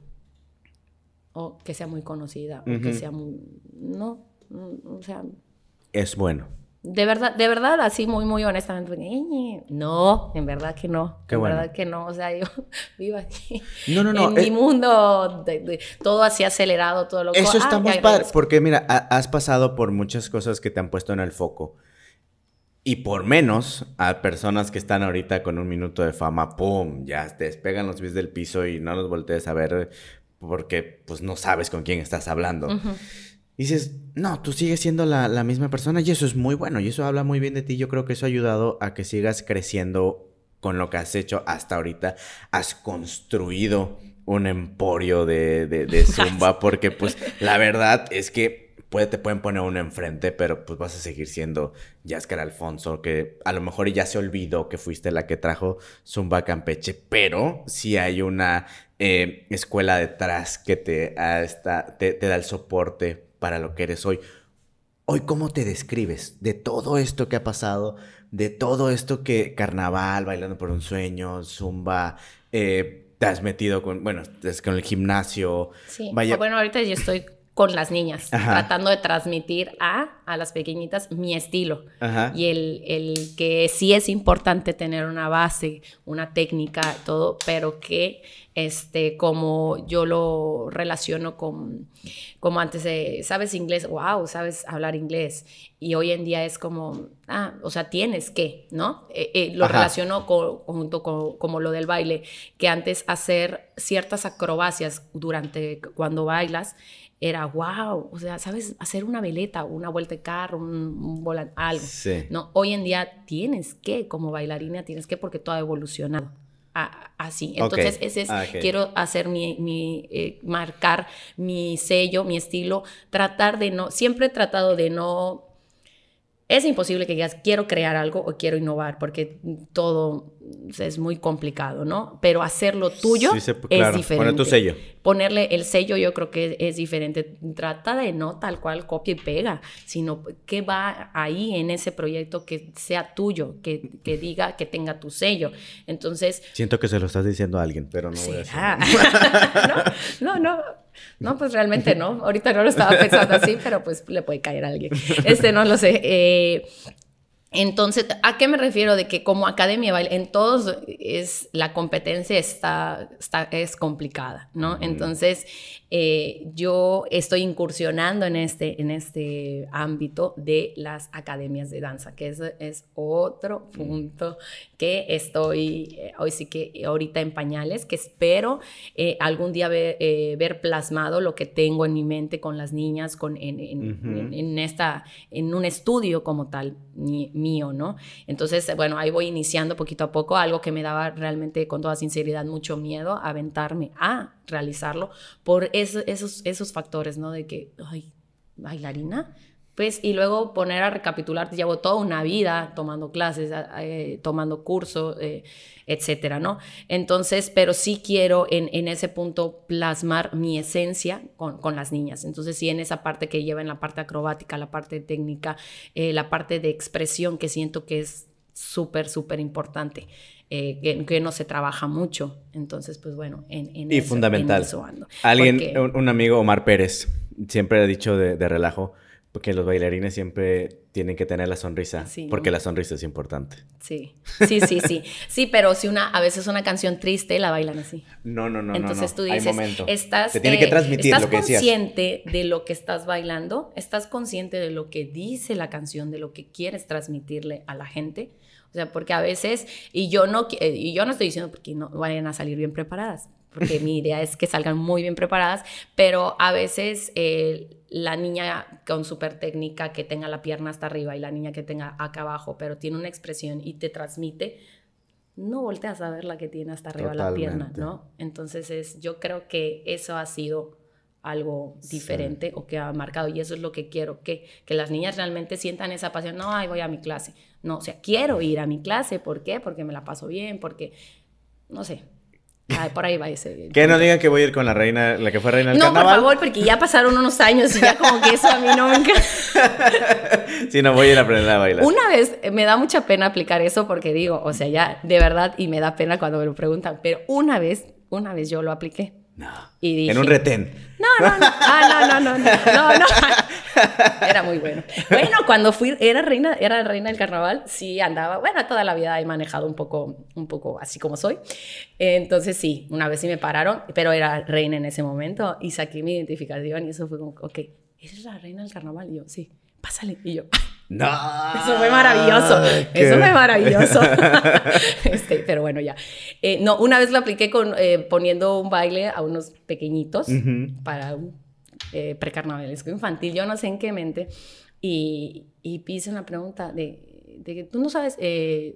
o que sea muy conocida, uh-huh. o que sea muy, no, o sea... Es bueno. De verdad, de verdad, así muy, muy honestamente, no, en verdad que no, Qué en bueno. verdad que no, o sea, yo vivo aquí, no, no, no, en eh, mi mundo, de, de, todo así acelerado, todo lo que... Eso está muy padre, porque mira, ha, has pasado por muchas cosas que te han puesto en el foco, y por menos a personas que están ahorita con un minuto de fama, ¡pum!, ya te despegan los pies del piso y no los voltees a ver porque pues no sabes con quién estás hablando. Uh-huh. Dices, no, tú sigues siendo la, la misma persona y eso es muy bueno y eso habla muy bien de ti. Yo creo que eso ha ayudado a que sigas creciendo con lo que has hecho hasta ahorita. Has construido un emporio de, de, de Zumba porque pues la verdad es que puede, te pueden poner uno enfrente, pero pues vas a seguir siendo Yáscara Alfonso, que a lo mejor ya se olvidó que fuiste la que trajo Zumba a Campeche, pero sí hay una eh, escuela detrás que te, uh, está, te, te da el soporte para lo que eres hoy. Hoy, ¿cómo te describes de todo esto que ha pasado? De todo esto que Carnaval, Bailando por un Sueño, Zumba, eh, te has metido con, bueno, con el gimnasio. Sí, Vaya... bueno, ahorita yo estoy con las niñas, ajá, tratando de transmitir a, a las pequeñitas mi estilo. Ajá. Y el, el que sí es importante tener una base, una técnica, todo, pero que este, como yo lo relaciono con, como antes de, ¿sabes inglés? ¡Wow! ¿Sabes hablar inglés? Y hoy en día es como, ah, o sea, tienes que, ¿no? Eh, eh, lo Ajá. relaciono con, junto con como lo del baile, que antes hacer ciertas acrobacias durante, cuando bailas, era wow, o sea, ¿sabes? Hacer una veleta, una vuelta de carro, un, un volante, algo. Sí. ¿No? Hoy en día tienes que, como bailarina, tienes que porque todo ha evolucionado. a, así. Entonces, okay. ese es, ah, okay. quiero hacer mi, mi eh, marcar mi sello, mi estilo, tratar de no, siempre he tratado de no... Es imposible que digas, quiero crear algo o quiero innovar, porque todo es muy complicado, ¿no? Pero hacerlo tuyo sí, sí, claro. es diferente. Poner tu sello. Ponerle el sello yo creo que es diferente. Trata de no tal cual copia y pega, sino que va ahí en ese proyecto que sea tuyo, que, que diga, que tenga tu sello. Entonces... Siento que se lo estás diciendo a alguien, pero no voy a ¿será? no, no, no. No, pues realmente no. Ahorita no lo estaba pensando así, pero pues le puede caer a alguien. Este, no lo sé. Eh, entonces, ¿a qué me refiero? De que como academia de baile, en todos es, la competencia está, está, es complicada, ¿no? Mm. Entonces, eh, yo estoy incursionando en este, en este ámbito de las academias de danza, que es, es otro punto que estoy, eh, hoy sí que ahorita en pañales, que espero eh, algún día ver, eh, ver plasmado lo que tengo en mi mente con las niñas, con, en, en, uh-huh. en, en, esta, en un estudio como tal, mi, mío, ¿no? Entonces, bueno, ahí voy iniciando poquito a poco, algo que me daba realmente, con toda sinceridad, mucho miedo, aventarme a realizarlo por eso, esos, esos factores, ¿no? De que, ay, bailarina, pues, y luego poner a recapitular, llevo toda una vida tomando clases, eh, tomando cursos, eh, etcétera, ¿no? Entonces, pero sí quiero en, en ese punto plasmar mi esencia con, con las niñas. Entonces, sí, en esa parte que lleva en la parte acrobática, la parte técnica, eh, la parte de expresión que siento que es súper, súper importante, eh, que, que no se trabaja mucho. Entonces, pues bueno, en, en y eso, fundamental. En eso ando. Alguien, Porque... un, un amigo, Omar Pérez, siempre ha dicho de, de relajo, porque los bailarines siempre tienen que tener la sonrisa, sí, porque ¿no? La sonrisa es importante. Sí, sí, sí, sí. Sí, pero si una, a veces una canción triste la bailan así. No, no, no, Entonces no, tú no. dices, estás, se tiene que transmitir estás lo que decías. consciente de lo que estás bailando, estás consciente de lo que dice la canción, de lo que quieres transmitirle a la gente. O sea, porque a veces, y yo no, y yo no estoy diciendo porque no vayan a salir bien preparadas, porque mi idea es que salgan muy bien preparadas, pero a veces eh, la niña con súper técnica que tenga la pierna hasta arriba y la niña que tenga acá abajo, pero tiene una expresión y te transmite, no volteas a ver la que tiene hasta arriba Totalmente. La pierna, ¿no? Entonces es, yo creo que eso ha sido algo diferente sí. o que ha marcado, y eso es lo que quiero, que, que las niñas realmente sientan esa pasión. No, ay, voy a mi clase. No, o sea, quiero ir a mi clase. ¿Por qué? Porque me la paso bien, porque, no sé. Ay, por ahí va ese. Que no digan que voy a ir con la reina, la que fue reina del no, carnaval. No, por favor, porque ya pasaron unos años y ya como que eso a mí no me encanta. Sí, no voy a ir a aprender a bailar. Una vez, me da mucha pena aplicar eso porque digo, o sea, ya, de verdad, y me da pena cuando me lo preguntan, pero una vez, una vez yo lo apliqué. No. Y dije, en un retén. No, no, no. Ah, no, no, no, no, no, no. Era muy bueno. Bueno, cuando fui, era reina, era reina del carnaval, sí andaba, bueno, toda la vida he manejado un poco, un poco así como soy. Entonces sí, una vez sí me pararon, pero era reina en ese momento y saqué mi identificación y eso fue como, ok, ¿eres la reina del carnaval? Y yo, sí, pásale. Y yo, no. Eso fue maravilloso. ¿Qué? Eso fue maravilloso. este, pero bueno, ya. Eh, no, una vez lo apliqué con, eh, poniendo un baile a unos pequeñitos uh-huh. para un eh, precarnavalesco infantil. Yo no sé en qué mente. Y, y hice una pregunta de, de que tú no sabes, eh,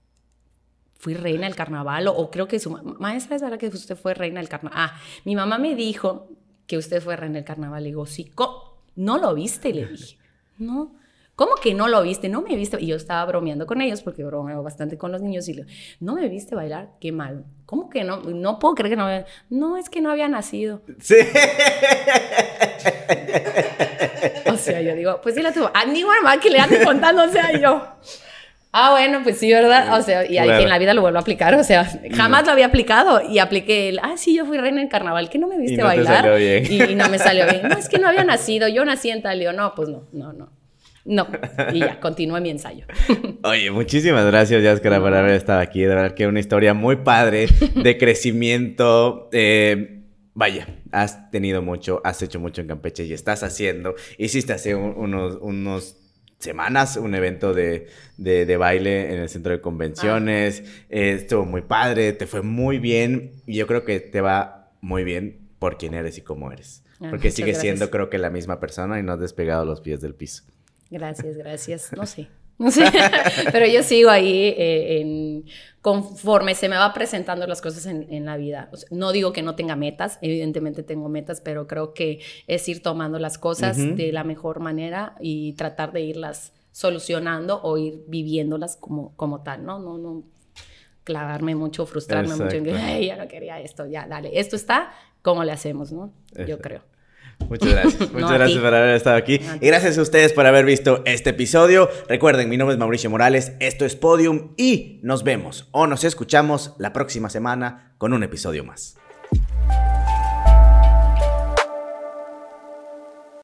fui reina del carnaval o, o creo que su ma- maestra es verdad que usted fue reina del carnaval. Ah, mi mamá me dijo que usted fue reina del carnaval. Le digo, sí, ¿cómo? ¿No lo viste? Le dije, no. ¿Cómo que no lo viste? No me viste. Y yo estaba bromeando con ellos porque bromeo bastante con los niños y le digo, ¿no me viste bailar? Qué mal. ¿Cómo que no? No puedo creer que no había... No, es que no había nacido. Sí. O sea, yo digo, pues dile a tu... A ni mamá que le ande contando, o sea, yo... Ah, bueno, pues sí, ¿verdad? O sea, y ahí claro. En la vida lo vuelvo a aplicar, o sea, jamás no. lo había aplicado y apliqué el, ah, sí, yo fui reina en carnaval, ¿qué no me viste y no bailar? Te salió bien. Y, y no me salió bien. No, es que no había nacido, yo nací en tal, y yo, no, pues no, no, no. No, y ya, continúe mi ensayo. Oye, muchísimas gracias, Yaskara, por haber estado aquí. De verdad que una historia muy padre de crecimiento. Eh, vaya, has tenido mucho, has hecho mucho en Campeche y estás haciendo. Hiciste hace un, unos, unos semanas un evento de, de, de baile en el centro de convenciones. Ah. Eh, estuvo muy padre, te fue muy bien y yo creo que te va muy bien por quién eres y cómo eres. Ah, porque sigues siendo, creo que, la misma persona y no has despegado los pies del piso. Gracias, gracias. No sé. Sí, pero yo sigo ahí eh, en, conforme se me va presentando las cosas en, en la vida. O sea, no digo que no tenga metas, evidentemente tengo metas, pero creo que es ir tomando las cosas uh-huh. de la mejor manera y tratar de irlas solucionando o ir viviéndolas como, como tal, ¿no? No, no clavarme mucho, frustrarme Exacto. mucho en que, ay, ya no quería esto, ya, dale. Esto está, ¿cómo le hacemos, no? Exacto. Yo creo. Muchas gracias, muchas no, gracias por haber estado aquí y gracias a ustedes por haber visto este episodio. Recuerden, mi nombre es Mauricio Morales, esto es Podium y nos vemos o nos escuchamos la próxima semana con un episodio más.